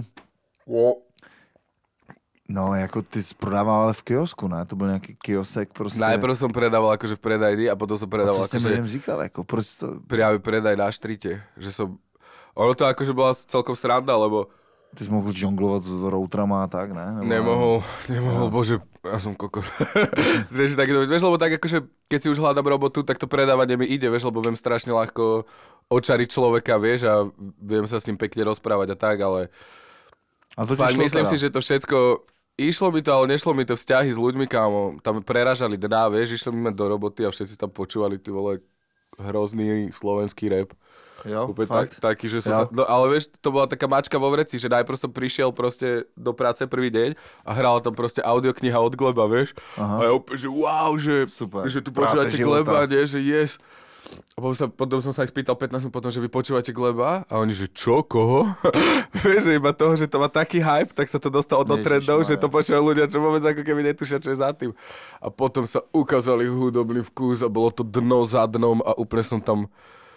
No, jako ty jsi prodával ale v kiosku, ne? To byl nějaký kiosek prostě. Najprv som predával akože v predajni a potom som predával akože... A co akože... lidem říkal, jako proč to... Priamy predaj na štrite, že som... Ono to akože bola celkom sranda, lebo... Ty jsi mohl žonglovat s routrama a tak, ne? Nebo... Nemohol, nemohol, no. Bože, ja som koko. Vieš, tak, vieš, lebo tak akože, keď si už hľadám robotu, tak to predávanie mi ide, vieš, lebo viem strašne ľahko očariť človeka, vieš, a viem sa s ním pekne rozprávať a tak, ale... A to fakt, myslím teda. si, že to všetko... Išlo mi to, ale nešlo mi to vzťahy s ľuďmi, kámo. Tam preražali dná, vieš, išlo mi do roboty a všetci tam počúvali, ty vole, hrozný slovenský rap. Jo, úplne fakt? Tak, taký, že som sa... No, ale vieš, to bola taká mačka vo vreci, že najprv som prišiel proste do práce prvý deň a hrala tam proste audiokniha od Gleba, vieš. Aha. A ja úplne, že wow, že, super. Že tu počúvate Gleba, nie, že yes. A potom, sa, potom som sa ich pýtal pätnásť minút potom, že vy počúvate Gleba? A oni, že čo, koho? Vieš, že iba toho, že to má taký hype, tak sa to dostalo do trendov, že to počúvajú ľudia, čo vôbec ako keby netušia, čo je za tým. A potom sa ukázali hudobný vkus a bolo to dno za dnom a úplne som tam...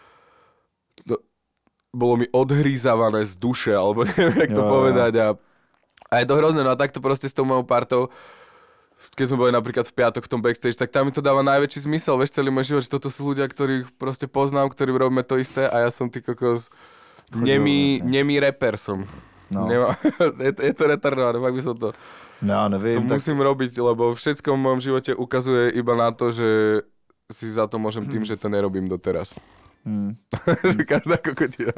Bolo mi odhrízavané z duše, alebo neviem, jak to jo, povedať. A, a je to hrozné, no a takto proste s tou mojou partou, keď sme boli napríklad v piatok v tom backstage, tak tam mi to dáva najväčší zmysel, vieš, celý môj život, že toto sú ľudia, ktorých proste poznám, ktorí robíme to isté a ja som ty kokos nemý, nemý rapper som. No. Nemá, je, to, je to retardované, fakt by som to... No, neviem. To tak... musím robiť, lebo všetko v mojom živote ukazuje iba na to, že si za to môžem tým, že to nerobím doteraz. Hmm. Že každá kokotina.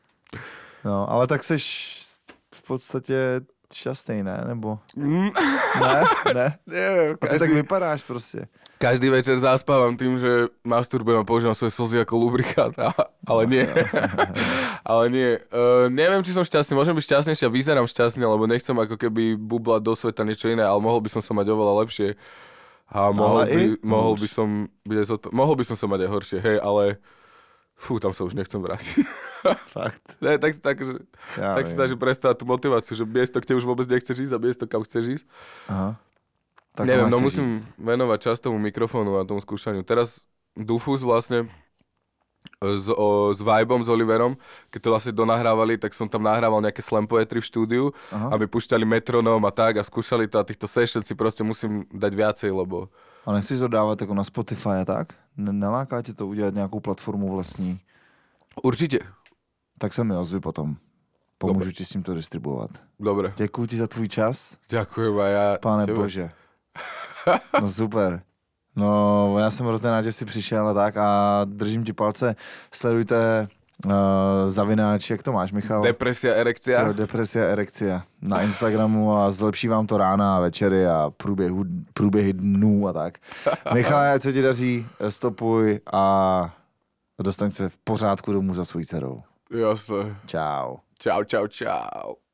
No, ale tak seš v podstatě šťastný, ne? Nebo... Mm. Ne? Ne? Neviem, každý... A ty tak vypadáš prostě. Každý večer zaspávam tým, že masturbujem a používam svoje slzy ako lubrikát, ale nie. ale nie. Uh, neviem, či som šťastný. Môžem byť šťastnejší a vyzerám šťastne, lebo nechcem ako keby bublať do sveta niečo iné, ale mohol by som sa mať oveľa lepšie. A mohol by, mohol by som byť zodpo- mohol by som sa mať aj horšie, hej, ale fú, tam sa už nechcem vrátiť. Fakt. Ne, tak si tak, že, ja tak si snažím prestať tú motiváciu, že miesto, kde už vôbec nechceš ísť a miesto, kam chceš ísť. Aha. Tak neviem, no musím ísť. Venovať čas tomu mikrofónu a tomu skúšaniu. Teraz Dufus vlastne s, o, s Vibom, s Oliverom, keď to vlastne donahrávali, tak som tam nahrával nejaké slam poetry v štúdiu, aha, aby púšťali metronóm a tak a skúšali to a týchto sessions si proste musím dať viacej, lebo... A nechceš to dávat jako na Spotify a tak? Neláká tě to udělat nějakou platformu vlastní? Určitě. Tak se mi ozvi potom. Pomůžu Dobre. ti s tím to distribuovat. Dobre. Děkuji ti za tvůj čas. Ďakujem a já. Pane tebe. Bože. No super. No já jsem hrozně rád, že jsi přišel a tak a držím ti palce. Sledujte uh, zavináč, jak to máš, Michal? Depresia, erekcia. Jo, depresia, erekcia na Instagramu a zlepší vám to rána a večery a průběhu, průběhy dnů a tak. Michal, ať se ti daří, stopuj a dostaň se v pořádku domů za svojí dcerou. Jasné. Čau. Čau, čau, čau.